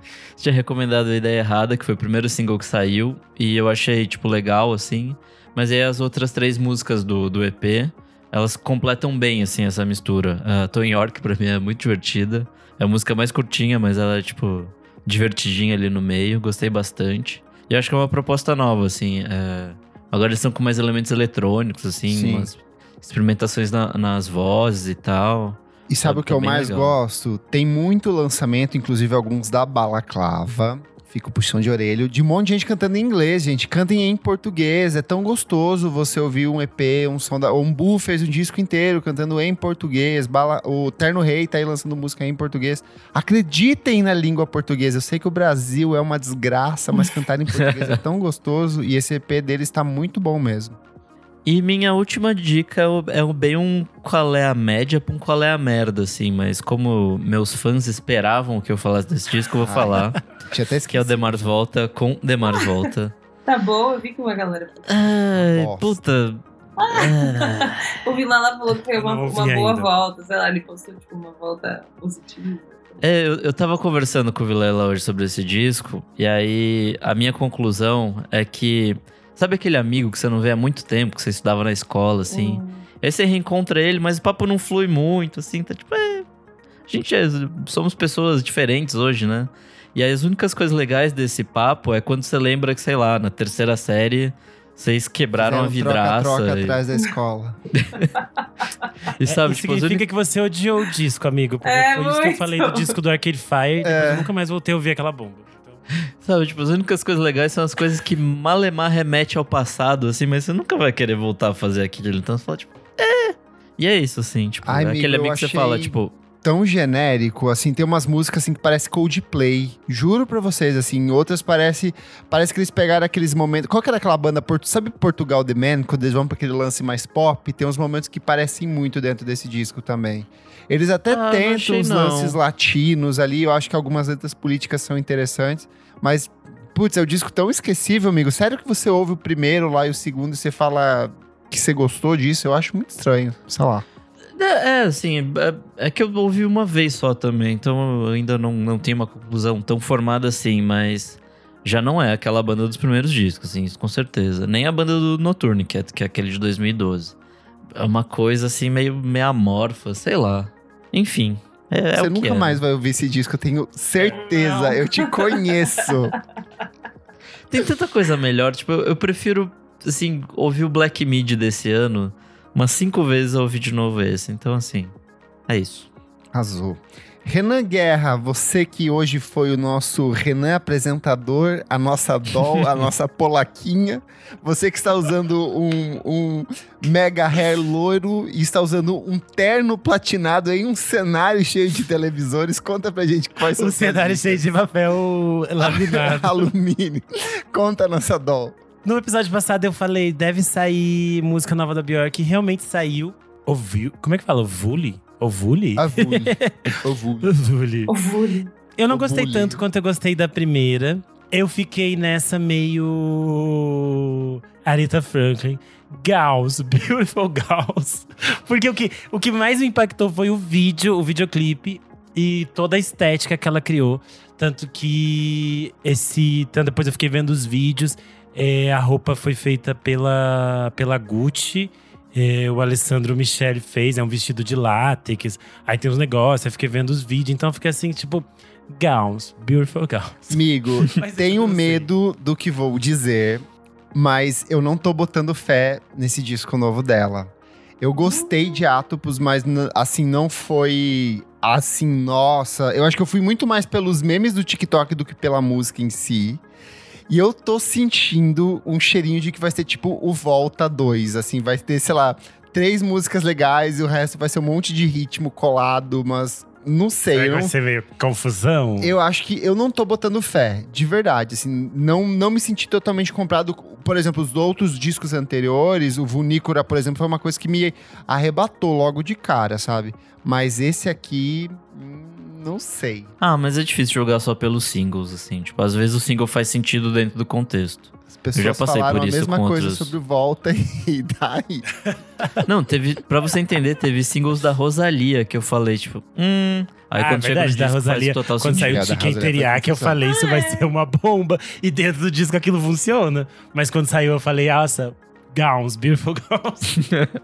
Você tinha recomendado a Ideia Errada, que foi o primeiro single que saiu. E eu achei, tipo, legal, assim. Mas aí as outras três músicas do, do E P, elas completam bem, assim, essa mistura. A Tom York, pra mim, é muito divertida. É a música mais curtinha, mas ela é, tipo, divertidinha ali no meio. Gostei bastante. E acho que é uma proposta nova, assim. É... Agora eles estão com mais elementos eletrônicos, assim. Sim. Umas experimentações na, nas vozes e tal. E sabe o que eu bem mais legal. gosto? Tem muito lançamento, inclusive alguns da Balaclava. Fico puxão de orelha. De um monte de gente cantando em inglês, gente. Cantem em português. É tão gostoso você ouvir um E P, um som da... O Umbu fez um disco inteiro cantando em português. Bala... O Terno Rei tá aí lançando música em português. Acreditem na língua portuguesa. Eu sei que o Brasil é uma desgraça, mas cantar em português é tão gostoso. E esse E P deles tá muito bom mesmo. E minha última dica é o- é bem um qual é a média pra um qual é a merda, assim. Mas como meus fãs esperavam que eu falasse desse disco, eu vou falar. Tinha até Que é o esquecido. Demars Volta com Demars Volta. Tá bom, eu vi que uma galera. Ai, Bosta. puta. Ah, O Vilala falou que foi uma, Não ouvi uma boa ainda. volta. Sei lá, ele postou tipo uma volta positiva. É, eu, eu tava conversando com o Vilela hoje sobre esse disco. E aí, a minha conclusão é que... Sabe aquele amigo que você não vê há muito tempo, que você estudava na escola, assim? Hum. Aí você reencontra ele, mas o papo não flui muito, assim. Tá tipo, é... A gente é... Somos pessoas diferentes hoje, né? E aí, as únicas coisas legais desse papo é quando você lembra que, sei lá, na terceira série... Vocês quebraram a Fizeram vidraça. troca-troca e, atrás da escola. e sabe, Isso tipo, as significa únicas... que você odiou o disco, amigo. Porque É, foi isso que eu muito. falei do disco do Arcade Fire. Depois É. eu nunca mais voltei a ouvir aquela bomba. Então, Sabe, tipo, as únicas coisas legais são as coisas que malemar remete ao passado, assim, mas você nunca vai querer voltar a fazer aquilo. Então você fala, tipo, é. E é isso, assim, tipo, Ai, é amigo, aquele eu amigo que você achei- fala, tipo, Tão genérico, assim, tem umas músicas assim que parece Coldplay. Juro pra vocês, assim, outras parece, parece que eles pegaram aqueles momentos. Qual que era aquela banda, Portu- sabe Portugal The Man, quando eles vão pra aquele lance mais pop? Tem uns momentos que parecem muito dentro desse disco também. Eles até Ah, não tentam achei, os não. lances latinos ali, eu acho que algumas letras políticas são interessantes, mas putz, é um disco tão esquecível, amigo. Sério que você ouve o primeiro lá e o segundo e você fala que você gostou disso? Eu acho muito estranho, sei lá. É, é, assim, é, é que eu ouvi uma vez só também, então eu ainda não, não tenho uma conclusão tão formada assim, mas já não é aquela banda dos primeiros discos, assim, isso com certeza. Nem a banda do Noturne, que é, que é aquele de dois mil e doze. É uma coisa assim, meio, meio amorfa, sei lá. Enfim, é, é Você o que nunca é. mais vai ouvir esse disco, eu tenho certeza. Não. Eu te conheço. Tem tanta coisa melhor, tipo, eu, eu prefiro, assim, ouvir o Black Mid desse ano umas cinco vezes a ouvir de novo esse, então assim, é isso. Azul. Renan Guerra, você que hoje foi o nosso Renan apresentador, a nossa doll, a nossa polaquinha. Você que está usando um, um mega hair loiro e está usando um terno platinado em um cenário cheio de televisores. Conta pra gente quais são o as cenário suas cheio de papel laminado. alumínio. Conta a nossa doll. No episódio passado eu falei, deve sair música nova da Bjork. E realmente saiu. Ouviu? Como é que fala? Ovule? Ovule? Avule. Ovule. Ovule. O Vule. Eu não O gostei bullying. tanto quanto eu gostei da primeira. Eu fiquei nessa meio… Aretha Franklin. Gauss, Beautiful Gauss. Porque o que, o que mais me impactou foi o vídeo, o videoclipe e toda a estética que ela criou. Tanto que esse… Tanto depois eu fiquei vendo os vídeos. É, a roupa foi feita pela, pela Gucci. É, o Alessandro Michele fez, é um vestido de látex. Aí tem uns negócios, eu fiquei vendo os vídeos. Então eu fiquei assim, tipo… Gauss, Beautiful Gauss. Amigo, Mas tenho eu não sei. medo do que vou dizer, mas eu não tô botando fé nesse disco novo dela. Eu gostei de Atopus, mas n- assim, não foi assim, nossa. Eu acho que eu fui muito mais pelos memes do TikTok do que pela música em si. E eu tô sentindo um cheirinho de que vai ser tipo o Volta dois, assim, vai ter, sei lá, três músicas legais e o resto vai ser um monte de ritmo colado, mas não sei. Será que eu vai não- ser meio confusão? Eu acho que eu não tô botando fé, de verdade, assim, não, não me senti totalmente comprado. Por exemplo, os outros discos anteriores, o Vunícora, por exemplo, foi uma coisa que me arrebatou logo de cara, sabe? Mas esse aqui, hum, não sei. Ah, mas é difícil jogar só pelos singles, assim. Tipo, às vezes o single faz sentido dentro do contexto. As pessoas Eu já passei falaram por isso a mesma com coisa outros- sobre Volta e daí. Não, teve. Pra você entender, teve singles da Rosalía que eu falei, tipo, hum. Aí ah, quando chega no verdade, da disco Rosalía, faz total quando sentido. saiu É, o da Chicken Rosalía foi Teriyaki, eu sensacional. falei, isso vai ser uma bomba. E dentro do disco aquilo funciona. Mas quando saiu, eu falei, nossa, Gowns, Beautiful Gowns.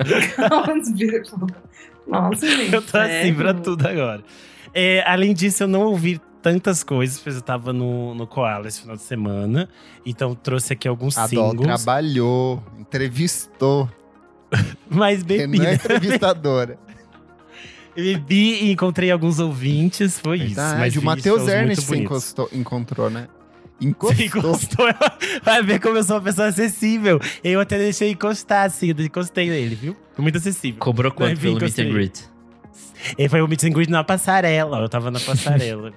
Nossa, gente. Eu tô assim pra sério? tudo agora. É, além disso, eu não ouvi tantas coisas, pois eu tava no, no Koala esse final de semana. Então trouxe aqui alguns A Dol singles. trabalhou, entrevistou. Mas bebi, Renan é né? entrevistadora. Bebi e encontrei alguns ouvintes, foi isso. Verdade, Mas o vi Matheus shows Ernest muito bonitos. encostou, encontrou, né? Você Encostou. encostou. Vai ver como eu sou uma pessoa acessível. Eu até deixei encostar, assim. Eu encostei nele, viu? Foi muito acessível. Cobrou quanto Enfim, pelo meet gostei. and greet? E foi o meet and greet na passarela. Eu tava na passarela.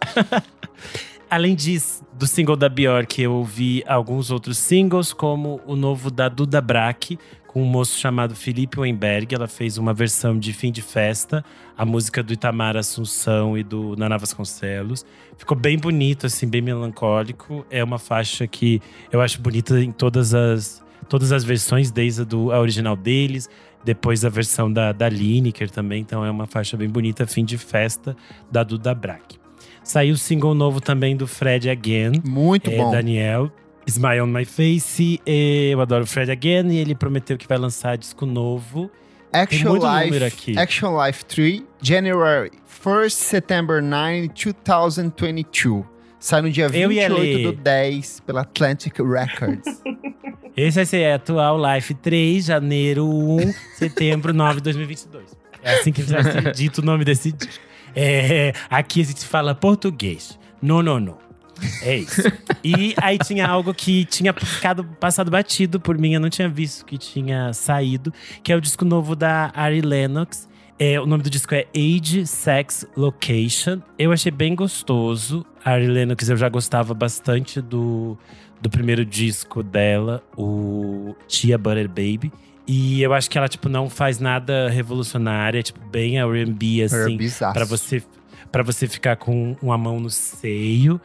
Além disso, do single da Bjork, eu ouvi alguns outros singles, como o novo da Duda Brack, com um moço chamado Felipe Weinberg. Ela fez uma versão de Fim de Festa, a música do Itamar Assunção e do Naná Vasconcelos. Ficou bem bonito, assim, bem melancólico. É uma faixa que eu acho bonita em todas as, todas as versões, desde a, do, a original deles, depois a versão da, da Lineker também. Então é uma faixa bem bonita, Fim de Festa, da Duda Brack. Saiu o single novo também do Fred Again. Muito é, bom. Daniel, Smile on My Face. É, eu adoro o Fred Again e ele prometeu que vai lançar disco novo. Action muito número Life, aqui. Action Life três, January first, September ninth, dois mil e vinte e dois. Sai no dia Eu vinte ia e oito ler. do dez pela Atlantic Records. Esse vai ser atual Life três, janeiro um, setembro nove de dois mil e vinte e dois. É assim que vai ser dito o nome desse disco. É, aqui a gente fala português. Não, não, não. É isso. E aí tinha algo que tinha ficado, passado batido por mim. Eu não tinha visto que tinha saído. Que é o disco novo da Ari Lennox. É, o nome do disco é Age, Sex, Location. Eu achei bem gostoso. A Ari Lennox, eu já gostava bastante do, do primeiro disco dela, o Tia Butter Baby. E eu acho que ela, tipo, não faz nada revolucionário. É, tipo, bem R and B, assim. Bizarro. Pra você, pra você ficar com uma mão no seio.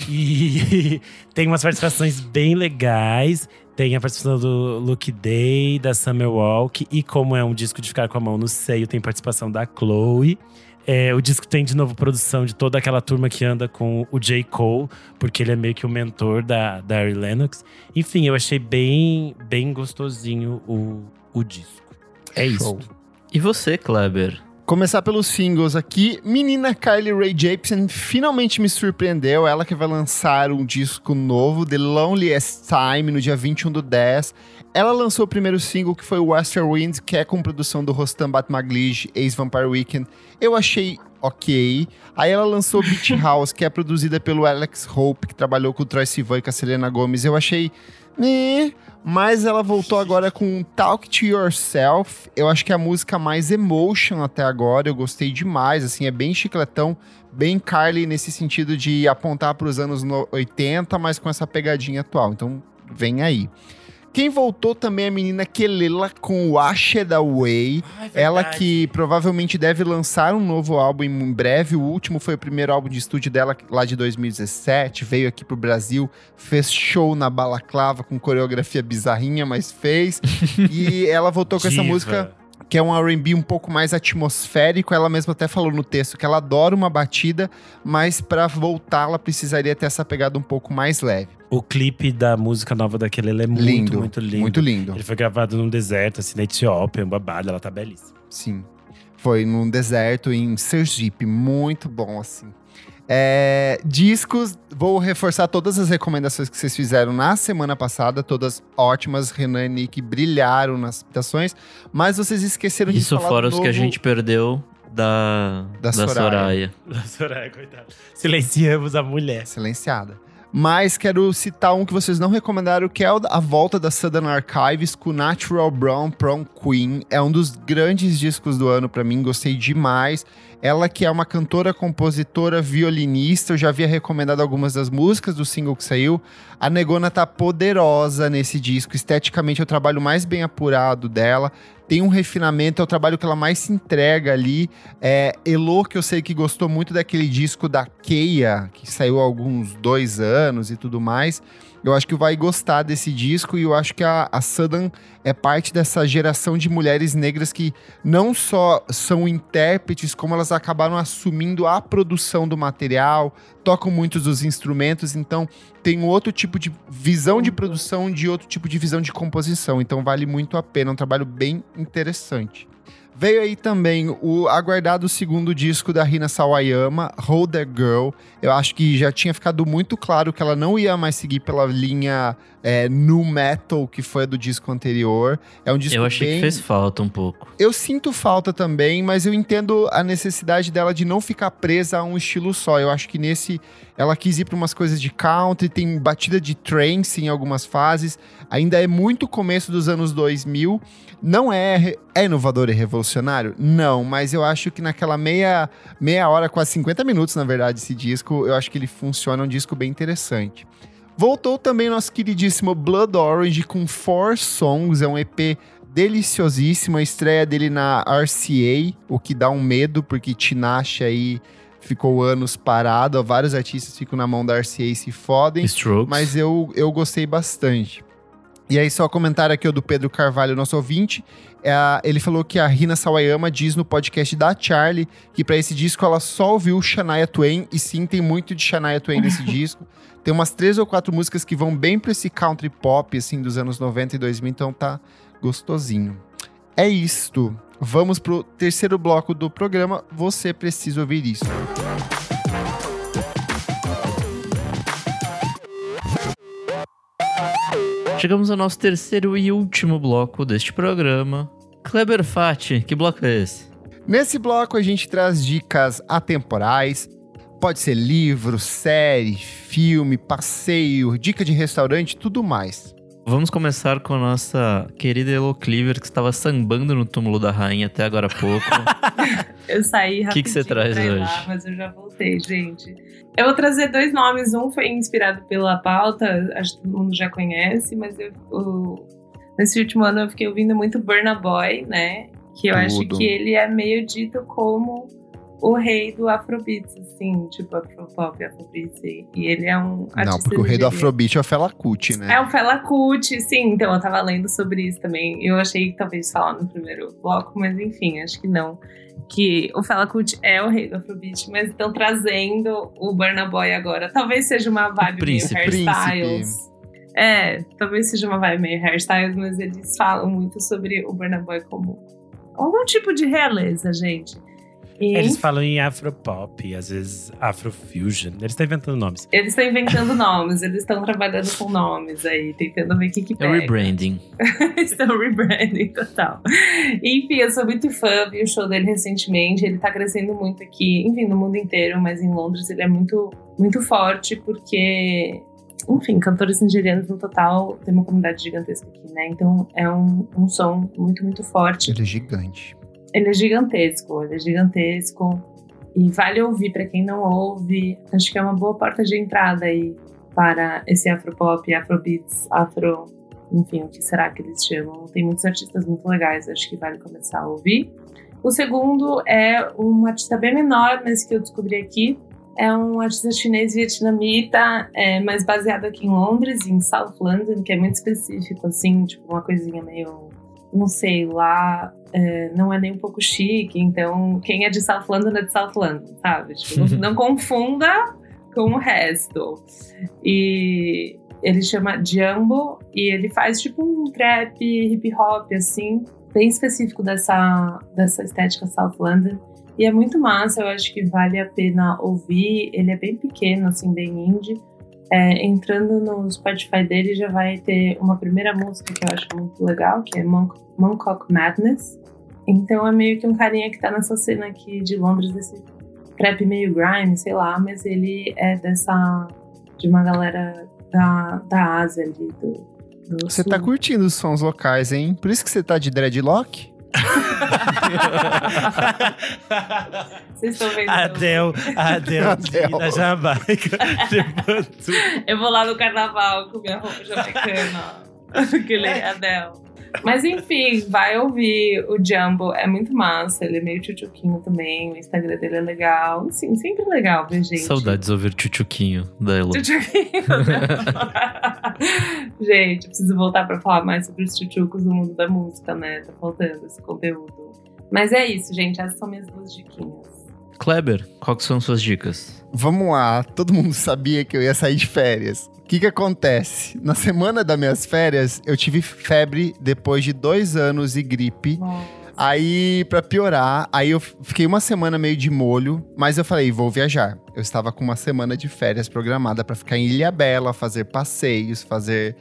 E tem umas participações bem legais. Tem a participação do Luke Day, da Summer Walk. E como é um disco de ficar com a mão no seio, tem participação da Chloe. É, o disco tem de novo produção de toda aquela turma que anda com o J. Cole, porque ele é meio que o mentor da, da Ari Lennox. Enfim, eu achei bem, bem gostosinho o, o disco. É Show. isso. E você, Kleber? Começar pelos singles aqui. Menina Kylie Rae Jepsen finalmente me surpreendeu. Ela que vai lançar um disco novo, The Loneliest Time, no dia vinte e um do dez. Ela lançou o primeiro single, que foi o Western Wind, que é com produção do Rostam Batmaglij, ex-Vampire Weekend. Eu achei ok. Aí ela lançou Beach House, que é produzida pelo Alex Hope, que trabalhou com o Troye Sivan e com a Selena Gomez. Eu achei… Né? Mas ela voltou agora com Talk to Yourself. Eu acho que é a música mais emotion até agora. Eu gostei demais, assim, é bem chicletão, bem Kylie nesse sentido de apontar para os anos oitenta, mas com essa pegadinha atual. Então, vem aí. Quem voltou também é a menina Kelela com Washed Away. Ai, Ela verdade. que provavelmente deve lançar um novo álbum em breve. O último foi o primeiro álbum de estúdio dela lá de dois mil e dezessete. Veio aqui pro Brasil, fez show na Balaclava com coreografia bizarrinha, mas fez. E ela voltou com essa Diva. música, que é um R and B um pouco mais atmosférico. Ela mesma até falou no texto que ela adora uma batida, mas pra voltar ela precisaria ter essa pegada um pouco mais leve. O clipe da música nova daquele ele é muito, Lindo, muito lindo. muito lindo. Ele foi gravado num deserto, assim, na Etiópia, um babado. Ela tá belíssima. Sim. Foi num deserto em Sergipe. Muito bom, assim. É, discos, vou reforçar todas as recomendações que vocês fizeram na semana passada. Todas ótimas. Renan e Nick brilharam nas citações. Mas vocês esqueceram de Isso falar fora do os que a novo- gente perdeu da, Da da, Soraya. Soraya. Soraya, coitada. Silenciamos a mulher. Silenciada. Mas quero citar um que vocês não recomendaram, que é o- a volta da Southern Archives com Natural Brown Prom Queen. É um dos grandes discos do ano pra mim, gostei demais. Ela que é uma cantora, compositora, violinista. Eu já havia recomendado algumas das músicas do single que saiu. A Negona tá poderosa nesse disco. Esteticamente é o trabalho mais bem apurado dela. Tem um refinamento, é o trabalho que ela mais se entrega ali. É, Elo, que eu sei que gostou muito daquele disco da Keia, que saiu há alguns dois anos e tudo mais. Eu acho que vai gostar desse disco e eu acho que a, a Sudden é parte dessa geração de mulheres negras que não só são intérpretes, como elas acabaram assumindo a produção do material, tocam muitos dos instrumentos, então tem um outro tipo de visão de produção, de outro tipo de visão de composição. Então vale muito a pena, é um trabalho bem interessante. Veio aí também o aguardado segundo disco da Rina Sawayama, Hold That Girl. Eu acho que já tinha ficado muito claro que ela não ia mais seguir pela linha é, nu metal, que foi a do disco anterior. É um disco Eu achei bem... que fez falta um pouco. Eu sinto falta também, mas eu entendo a necessidade dela de não ficar presa a um estilo só. Eu acho que nesse ela quis ir para umas coisas de country, tem batida de trance em algumas fases. Ainda é muito começo dos anos dois mil. Não é, é inovador e revolucionário? Não, mas eu acho que naquela meia, meia hora, quase cinquenta minutos, na verdade, esse disco, eu acho que ele funciona, é um disco bem interessante. Voltou também nosso queridíssimo Blood Orange com Four Songs, é um E P deliciosíssimo, a estreia dele na R C A, o que dá um medo, porque Tinashe aí ficou anos parado, vários artistas ficam na mão da R C A e se fodem, Strokes. Mas eu, eu gostei bastante. E aí, só comentário aqui ó, do Pedro Carvalho, nosso ouvinte. É a, ele falou que a Rina Sawayama diz no podcast da Charlie que pra esse disco ela só ouviu Shania Twain. E sim, tem muito de Shania Twain nesse disco. Tem umas três ou quatro músicas que vão bem pra esse country pop, assim, dos anos noventa e dois mil. Então tá gostosinho. É isto. Vamos pro terceiro bloco do programa. Você precisa ouvir isso. Chegamos ao nosso terceiro e último bloco deste programa. Kleber Fati, que bloco é esse? Nesse bloco a gente traz dicas atemporais. Pode ser livro, série, filme, passeio, dica de restaurante, tudo mais. Vamos começar com a nossa querida Elo Cleaver, que estava sambando no túmulo da rainha até agora há pouco. Eu saí rapidinho. O que, que você traz pra ir hoje? Lá, mas eu já voltei, gente. Eu vou trazer dois nomes. Um foi inspirado pela pauta, acho que todo mundo já conhece, mas eu, eu, nesse último ano eu fiquei ouvindo muito Burna Boy, né? Que eu Tudo. acho que ele é meio dito como o rei do Afrobeats, assim, tipo Afropop, Afrobeats. E ele é um artista. Não, porque o rei do nigeriano. Afrobeat é o Fela Kuti, né? É o Fela Kuti, sim. Então eu tava lendo sobre isso também. Eu achei que talvez falar no primeiro bloco, mas enfim, acho que não. Que o Fela Kuti é o rei do Afrobeat, mas estão trazendo o Burna Boy agora. Talvez seja uma vibe Príncipe. meio hairstyles. É, talvez seja uma vibe meio hairstyles, mas eles falam muito sobre o Burna Boy como algum tipo de realeza, gente. E Eles falam em afropop, às vezes afrofusion. Eles estão inventando nomes. eles estão inventando nomes, eles estão trabalhando com nomes aí, tentando ver o que que É pega. o rebranding. Estão rebranding total. Enfim, eu sou muito fã, vi o show dele recentemente. Ele tá crescendo muito aqui, enfim, no mundo inteiro, mas em Londres ele é muito, muito forte, porque, enfim, cantores nigerianos no total tem uma comunidade gigantesca aqui, né? Então é um, um som muito, muito forte. Ele é gigante. Ele é gigantesco, ele é gigantesco. E vale ouvir pra quem não ouve. Acho que é uma boa porta de entrada aí para esse afropop, afrobeats, afro... Enfim, o que será que eles chamam? Tem muitos artistas muito legais, acho que vale começar a ouvir. O segundo é um artista bem menor, mas que eu descobri aqui. É um artista chinês-vietnamita, é, mas baseado aqui em Londres, em South London, que é muito específico, assim, tipo uma coisinha meio... Não sei, lá é, não é nem um pouco chique, então quem é de South London é de South London, sabe? Tipo, não, não confunda com o resto. E ele chama Jumbo e ele faz tipo um trap, hip hop, assim, bem específico dessa, dessa estética South London. E é muito massa, eu acho que vale a pena ouvir. Ele é bem pequeno, assim, bem indie. É, entrando no Spotify dele já vai ter uma primeira música que eu acho muito legal, que é Monk, Montauk Madness. Então é meio que um carinha que tá nessa cena aqui de Londres, desse trap meio grime, sei lá, mas ele é dessa, de uma galera da, da Ásia ali, do, do Você sul. tá curtindo os sons locais, hein? Por isso que você tá de dreadlock? Vocês estão vendo? Adele, Adele, Adele. da Jamaica. Eu vou lá no carnaval com minha roupa jamaicana. Aquele Adele. Mas enfim, vai ouvir o Jumbo, é muito massa, ele é meio tchutchuquinho também, o Instagram dele é legal. Sim, sempre legal ver gente. Saudades de ouvir tchutchuquinho da Elo. Tchutchuquinho. Gente, preciso voltar pra falar mais sobre os tchutchucos no mundo da música, né? Tá faltando esse conteúdo. Mas é isso, gente, essas são minhas duas diquinhas. Kleber, quais que são suas dicas? Vamos lá, todo mundo sabia que eu ia sair de férias. O que que acontece? Na semana das minhas férias, eu tive febre depois de dois anos e gripe. Nossa. Aí, pra piorar, aí eu fiquei uma semana meio de molho, mas eu falei, vou viajar. Eu estava com uma semana de férias programada pra ficar em Ilhabela, fazer passeios, fazer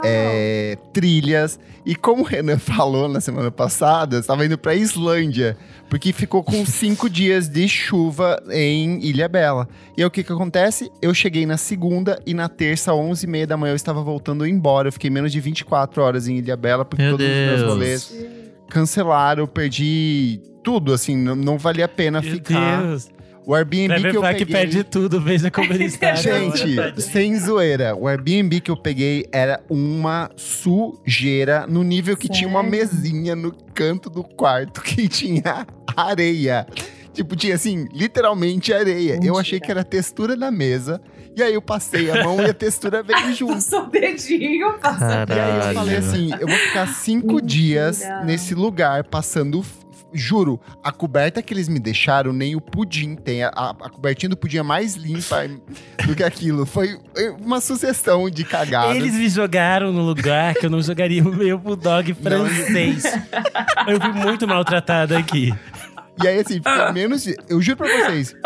é, trilhas. E como o Renan falou na semana passada, eu estava indo pra Islândia, porque ficou com cinco dias de chuva em Ilhabela. E aí o que que acontece? Eu cheguei na segunda e na terça, onze e meia da manhã, eu estava voltando embora. Eu fiquei menos de vinte e quatro horas em Ilhabela, porque Meu todos Deus. os meus rolês cancelaram, eu perdi tudo, assim, não, não valia a pena Meu ficar. Deus. O Airbnb Kleber que eu Fak peguei... perde tudo, veja como ele está. Gente, agora. sem zoeira, o Airbnb que eu peguei era uma sujeira, no nível que Sério? tinha uma mesinha no canto do quarto que tinha areia. Tipo, tinha assim, literalmente areia. Mentira. Eu achei que era a textura da mesa, e aí eu passei a mão e a textura veio junto. Passou o dedinho, passou. E aí eu falei Caralho. assim, eu vou ficar cinco Mentira. dias nesse lugar, passando... f- Juro, a coberta que eles me deixaram, nem o pudim tem. A, a, a cobertinha do pudim é mais limpa do que aquilo. Foi uma sucessão de cagadas. Eles me jogaram no lugar que eu não jogaria o meu bulldog francês. Eu fui muito maltratada aqui. E aí, assim, ficou menos de... Eu juro pra vocês.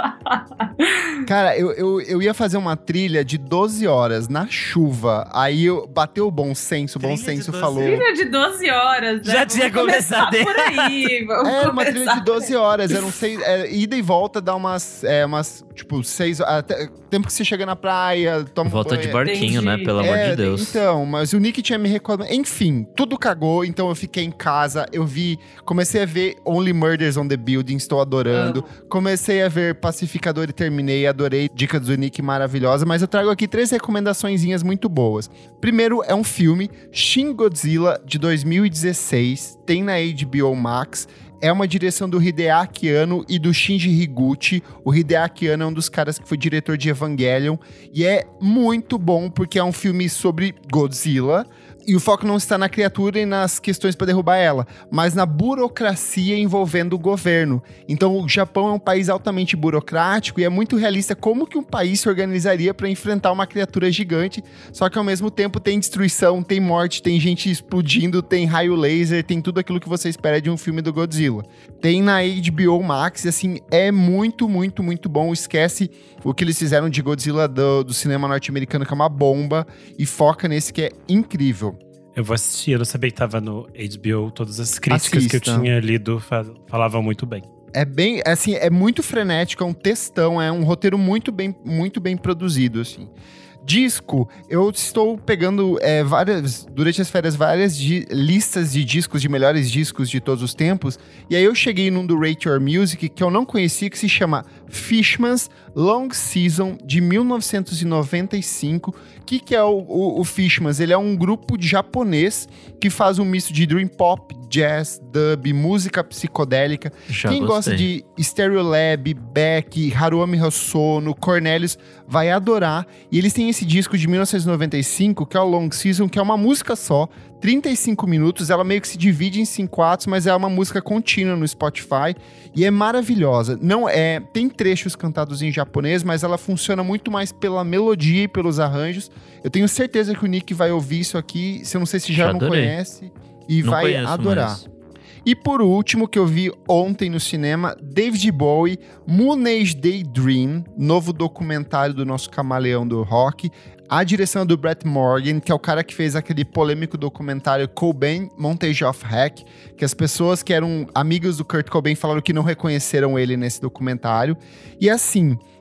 Cara, eu, eu, eu ia fazer uma trilha de doze horas na chuva. Aí eu bateu o bom senso. O bom Trilha de senso doze falou... Trilha de doze horas, né? Já tinha Vamos começar começado por aí. Vamos Era uma trilha começar de doze horas, eram seis, é, ida e volta dá umas, é, umas tipo, seis até, tempo que você chega na praia, toma Volta banho. de barquinho, Entendi. né? Pelo amor É, de Deus. Então, mas o Nick tinha me reclamado. Enfim, tudo cagou, então eu fiquei em casa, eu vi, comecei a ver Only Murders on the Building, estou adorando. Comecei a ver Pacificador e terminei, adorei, dica do Nick maravilhosa, mas eu trago aqui três recomendaçõezinhas muito boas. Primeiro é um filme, Shin Godzilla, de dois mil e dezesseis, tem na H B O Max. É uma direção do Hideaki Anno e do Shinji Higuchi. O Hideaki Anno é um dos caras que foi diretor de Evangelion. E é muito bom, porque é um filme sobre Godzilla. E o foco não está na criatura e nas questões para derrubar ela, mas na burocracia envolvendo o governo. Então, o Japão é um país altamente burocrático e é muito realista como que um país se organizaria para enfrentar uma criatura gigante, só que ao mesmo tempo tem destruição, tem morte, tem gente explodindo, tem raio laser, tem tudo aquilo que você espera de um filme do Godzilla. Tem na H B O Max, e assim, é muito, muito, muito bom. Esquece o que eles fizeram de Godzilla do, do cinema norte-americano, que é uma bomba, e foca nesse que é incrível. Eu vou assistir, eu não sabia que tava no H B O. Todas as críticas Assista. que eu tinha lido fa- falavam muito bem. É bem, assim, é muito frenético, é um textão, é um roteiro muito bem, muito bem produzido, assim. Disco, eu estou pegando é, várias, durante as férias, várias de, listas de discos, de melhores discos de todos os tempos. E aí eu cheguei num do Rate Your Music, que eu não conhecia, que se chama Fishman's Long Season, de mil novecentos e noventa e cinco. O que, que é o, o, o Fishman's? Ele é um grupo de japonês que faz um misto de dream pop, jazz, dub, música psicodélica. Já Quem gostei. gosta de Stereolab, Beck, Haruami Hosono, Cornelius, vai adorar. E eles têm esse disco de mil novecentos e noventa e cinco, que é o Long Season, que é uma música só, trinta e cinco minutos, ela meio que se divide em cinco atos, mas é uma música contínua no Spotify, e é maravilhosa. Não é, tem trechos cantados em japonês, mas ela funciona muito mais pela melodia e pelos arranjos. Eu tenho certeza que o Nick vai ouvir isso aqui, se eu não sei se já, Já não adorei. conhece, e Não vai conheço, adorar. mas- E por último, que eu vi ontem no cinema, David Bowie, Moon Age Daydream, novo documentário do nosso camaleão do rock. A direção é do Brett Morgan, que é o cara que fez aquele polêmico documentário Cobain, Montage of Heck, que as pessoas que eram amigos do Kurt Cobain falaram que não reconheceram ele nesse documentário. E assim,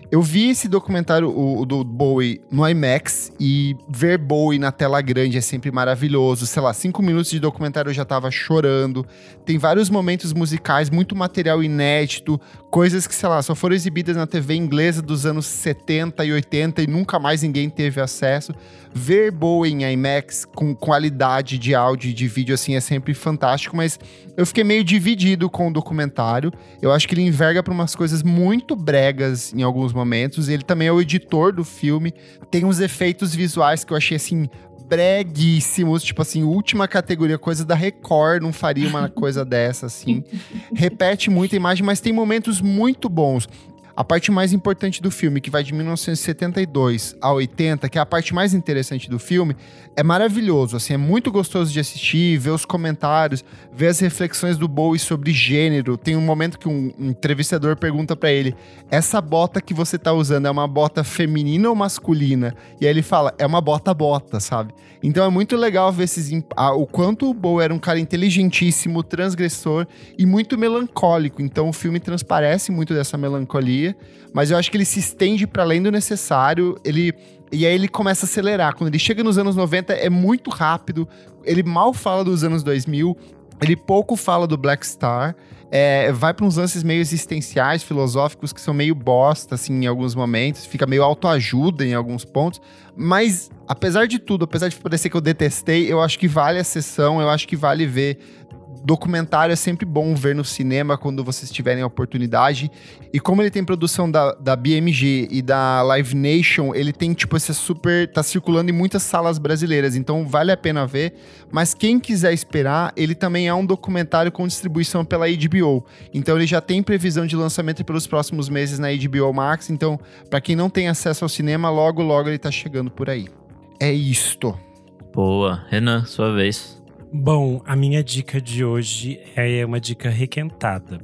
Eu vi esse documentário, o, o do Bowie, no IMAX, e ver Bowie na tela grande é sempre maravilhoso. Sei lá, cinco minutos de documentário eu já tava chorando. Tem vários momentos musicais, muito material inédito, coisas que, sei lá, só foram exibidas na T V inglesa dos anos setenta e oitenta e nunca mais ninguém teve acesso. Ver Bowie em IMAX com qualidade de áudio e de vídeo, assim, é sempre fantástico, mas eu fiquei meio dividido com o documentário. Eu acho que ele enverga para umas coisas muito bregas em alguns momentos. Ele também é o editor do filme. Tem uns efeitos visuais que eu achei, assim, breguíssimos. Tipo assim, última categoria, coisa da Record não faria uma coisa dessa, assim. Repete muita imagem, mas tem momentos muito bons. A parte mais importante do filme, que vai de mil novecentos e setenta e dois a oitenta, que é a parte mais interessante do filme, é maravilhoso, assim, é muito gostoso de assistir, ver os comentários, ver as reflexões do Bowie sobre gênero. Tem um momento que um, um entrevistador pergunta pra ele, essa bota que você tá usando é uma bota feminina ou masculina? E aí ele fala, é uma bota-bota, sabe? Então é muito legal ver esses, ah, o quanto o Bowie era um cara inteligentíssimo, transgressor e muito melancólico. Então o filme transparece muito dessa melancolia, mas eu acho que ele se estende para além do necessário, ele, e aí ele começa a acelerar. Quando ele chega nos anos noventa, é muito rápido, ele mal fala dos anos dois mil, ele pouco fala do Black Star, é, vai para uns lances meio existenciais, filosóficos, que são meio bosta, assim, em alguns momentos, fica meio autoajuda em alguns pontos, mas apesar de tudo, apesar de parecer que eu detestei, eu acho que vale a sessão, eu acho que vale ver. Documentário é sempre bom ver no cinema quando vocês tiverem a oportunidade. E como ele tem produção da, da B M G e da Live Nation, ele tem, tipo, esse super... tá circulando em muitas salas brasileiras, então vale a pena ver. Mas quem quiser esperar, ele também é um documentário com distribuição pela H B O. Então ele já tem previsão de lançamento pelos próximos meses na H B O Max. Então, pra quem não tem acesso ao cinema, logo, logo ele tá chegando por aí. É isto. Boa. Renan, sua vez. Bom, a minha dica de hoje é uma dica requentada.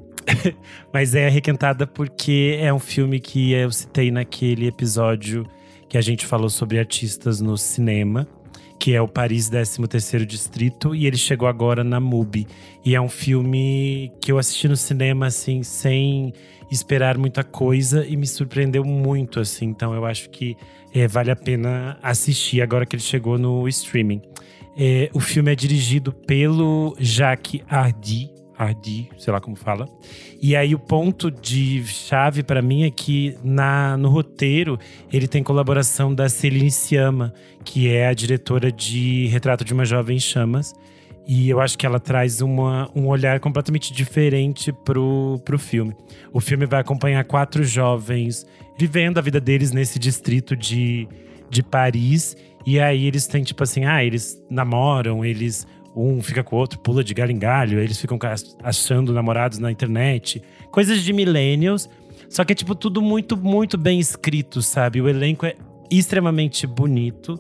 Mas é requentada porque é um filme que eu citei naquele episódio que a gente falou sobre artistas no cinema, que é o Paris décimo terceiro Distrito, e ele chegou agora na MUBI. E é um filme que eu assisti no cinema, assim, sem esperar muita coisa, e me surpreendeu muito, assim. Então eu acho que é, vale a pena assistir agora que ele chegou no streaming. É, o filme é dirigido pelo Jacques Hardy, Hardy, sei lá como fala. E aí o ponto de chave pra mim é que na, no roteiro ele tem colaboração da Céline Sciamma, que é a diretora de Retrato de uma Jovem em Chamas. E eu acho que ela traz uma, um olhar completamente diferente pro, pro filme. O filme vai acompanhar quatro jovens vivendo a vida deles nesse distrito de, de Paris. E aí eles têm, tipo assim, ah, eles namoram, eles… Um fica com o outro, pula de galho em galho. Eles ficam achando namorados na internet. Coisas de millennials. Só que é, tipo, tudo muito, muito bem escrito, sabe? O elenco é extremamente bonito.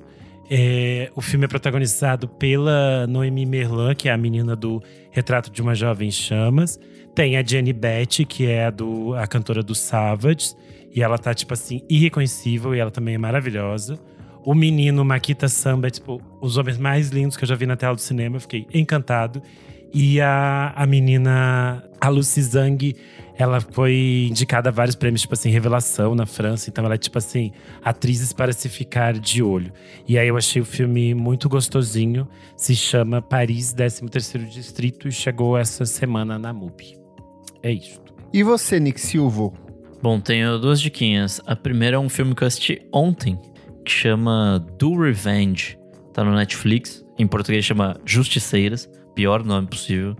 É, o filme é protagonizado pela Noémie Merlan, que é a menina do Retrato de uma Jovem em Chamas. Tem a Jenny Beth, que é a, do, a cantora do Savage. E ela tá, tipo assim, irreconhecível. E ela também é maravilhosa. O menino Makita Samba é, tipo, os homens mais lindos que eu já vi na tela do cinema. Eu fiquei encantado. E a, a menina, a Lucy Zhang, ela foi indicada a vários prêmios, tipo assim, Revelação na França. Então ela é, tipo assim, atrizes para se ficar de olho. E aí eu achei o filme muito gostosinho. Se chama Paris décimo terceiro Distrito e chegou essa semana na MUBI. É isso. E você, Nick Silva? Bom, tenho duas diquinhas. A primeira é um filme que eu assisti ontem, que chama Do Revenge. Tá no Netflix. Em português chama Justiceiras. Pior nome possível.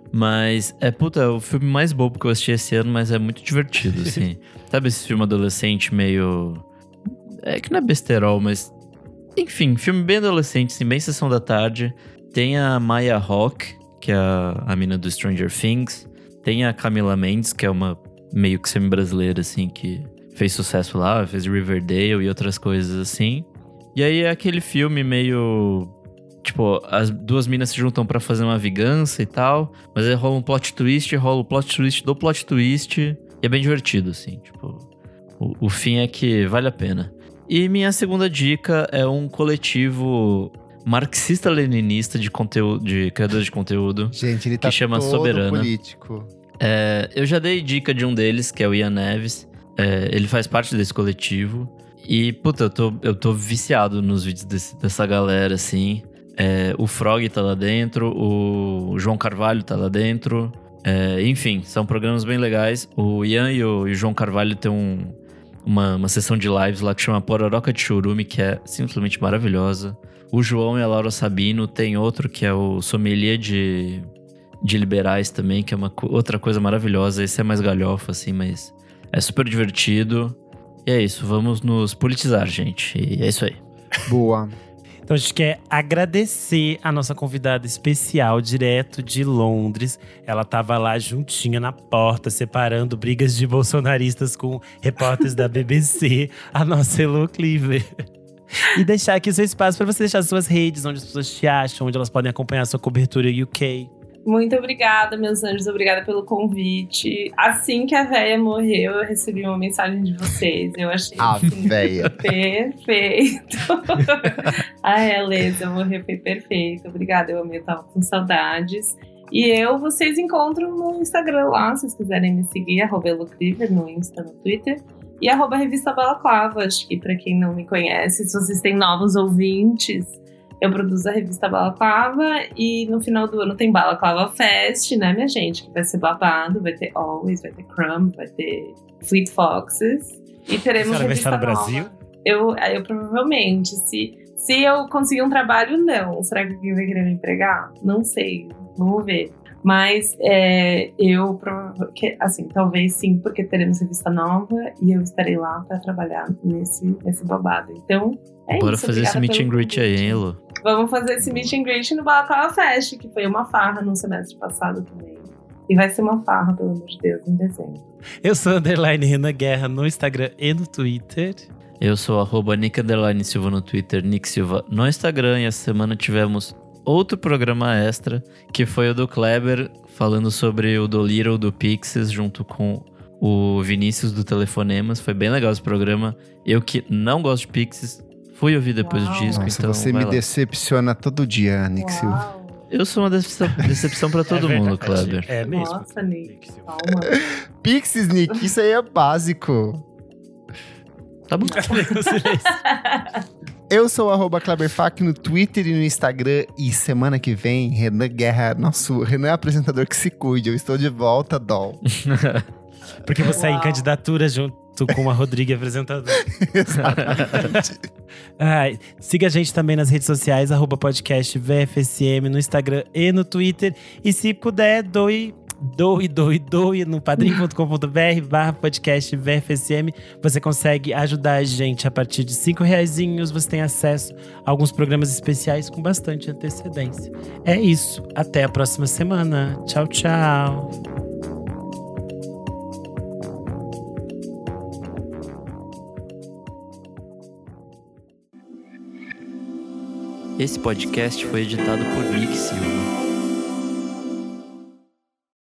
Mas é, puta, é o filme mais bobo que eu assisti esse ano, mas é muito divertido, assim. Sabe esse filme adolescente meio… É que não é besterol, mas… Enfim, filme bem adolescente, assim, bem sessão da tarde. Tem a Maya Hawke, que é a, a mina do Stranger Things. Tem a Camila Mendes, que é uma meio que semi-brasileira, assim, que… fez sucesso lá, fez Riverdale e outras coisas assim. E aí é aquele filme meio… Tipo, as duas minas se juntam pra fazer uma vingança e tal. Mas aí rola um plot twist, rola o plot twist do plot twist. E é bem divertido, assim. Tipo, o, o fim é que vale a pena. E minha segunda dica é um coletivo marxista-leninista de conteúdo, de criadores de conteúdo. Gente, ele tá que chama todo Soberana. político. É, eu já dei dica de um deles, que é o Ian Neves. É, ele faz parte desse coletivo. E, puta, eu tô, eu tô viciado nos vídeos desse, dessa galera, assim. É, o Frog tá lá dentro, o João Carvalho tá lá dentro. É, enfim, são programas bem legais. O Ian e o, e o João Carvalho tem um, uma, uma sessão de lives lá que chama Pororoca de Chorume, que é simplesmente maravilhosa. O João e a Laura Sabino tem outro que é o Sommelier de, de Liberais também, que é uma outra coisa maravilhosa. Esse é mais galhofa, assim, mas é super divertido. E é isso, vamos nos politizar, gente. E é isso aí. Boa. Então a gente quer agradecer a nossa convidada especial, direto de Londres. Ela tava lá juntinha na porta, separando brigas de bolsonaristas com repórteres da B B C, a nossa Elo Cleaver. E deixar aqui o seu espaço para você deixar suas redes, onde as pessoas te acham, onde elas podem acompanhar a sua cobertura U K. Muito obrigada, meus anjos. Obrigada pelo convite. Assim que a véia morreu, eu recebi uma mensagem de vocês. Eu achei A assim, véia. perfeito. A realeza morreu, foi perfeito. Obrigada, eu amei, eu tava com saudades. E eu, vocês encontram no Instagram lá, se vocês quiserem me seguir, arroba Elocliver no Insta, no Twitter. E arroba Revista Balaclava. Acho que pra quem não me conhece, se vocês têm novos ouvintes, eu produzo a revista Balaclava e no final do ano tem Balaclava Fest, né, minha gente? Que vai ser babado, vai ter Always, vai ter Crumb, vai ter Fleet Foxes. E teremos Você vai revista estar no nova. Brasil? Eu, eu provavelmente, se, se eu conseguir um trabalho, não. Será que alguém vai querer me empregar? Não sei, vamos ver. Mas é, eu, provavelmente, assim, talvez sim, porque teremos revista nova e eu estarei lá para trabalhar nesse, nesse babado. Então, é Bora isso. fazer esse meet and greet aí, hein, Elo? Vamos fazer esse meet and greet no Balaclava Fest, que foi uma farra no semestre passado também. E vai ser uma farra, pelo amor de Deus, em dezembro. Eu sou underline Renan Guerra no Instagram e no Twitter. Eu sou arroba Nick underline Silva no Twitter, Nick Silva no Instagram. E essa semana tivemos outro programa extra, que foi o do Kleber, falando sobre o Dolittle do Pixies, junto com o Vinícius do Telefonemas. Foi bem legal esse programa. Eu que não gosto de Pixies, fui ouvir depois Uau. do disco, Nossa, então você vai me lá. decepciona todo dia, Nick Silva. Uau. Eu sou uma decepção, decepção pra todo É mundo, verdade. Kleber. É mesmo. Nossa, Nick, calma. Pixies, Nick, isso aí é básico. Tá bom. Eu sou o arroba Kleberfac no Twitter e no Instagram. E semana que vem, Renan Guerra, nosso Renan é apresentador que se cuide. Eu estou de volta, Dol. Porque você é em Uau. candidatura junto com a Rodrigo apresentadora. Exatamente. Ai, siga a gente também nas redes sociais, arroba podcast V F S M, no Instagram e no Twitter. E se puder, doe, doe, doe, doe no padrim ponto com ponto b r barra podcast V F S M. Você consegue ajudar a gente a partir de cinco reaisinhos. Você tem acesso a alguns programas especiais com bastante antecedência. É isso. Até a próxima semana. Tchau, tchau. Esse podcast foi editado por Nick Silva.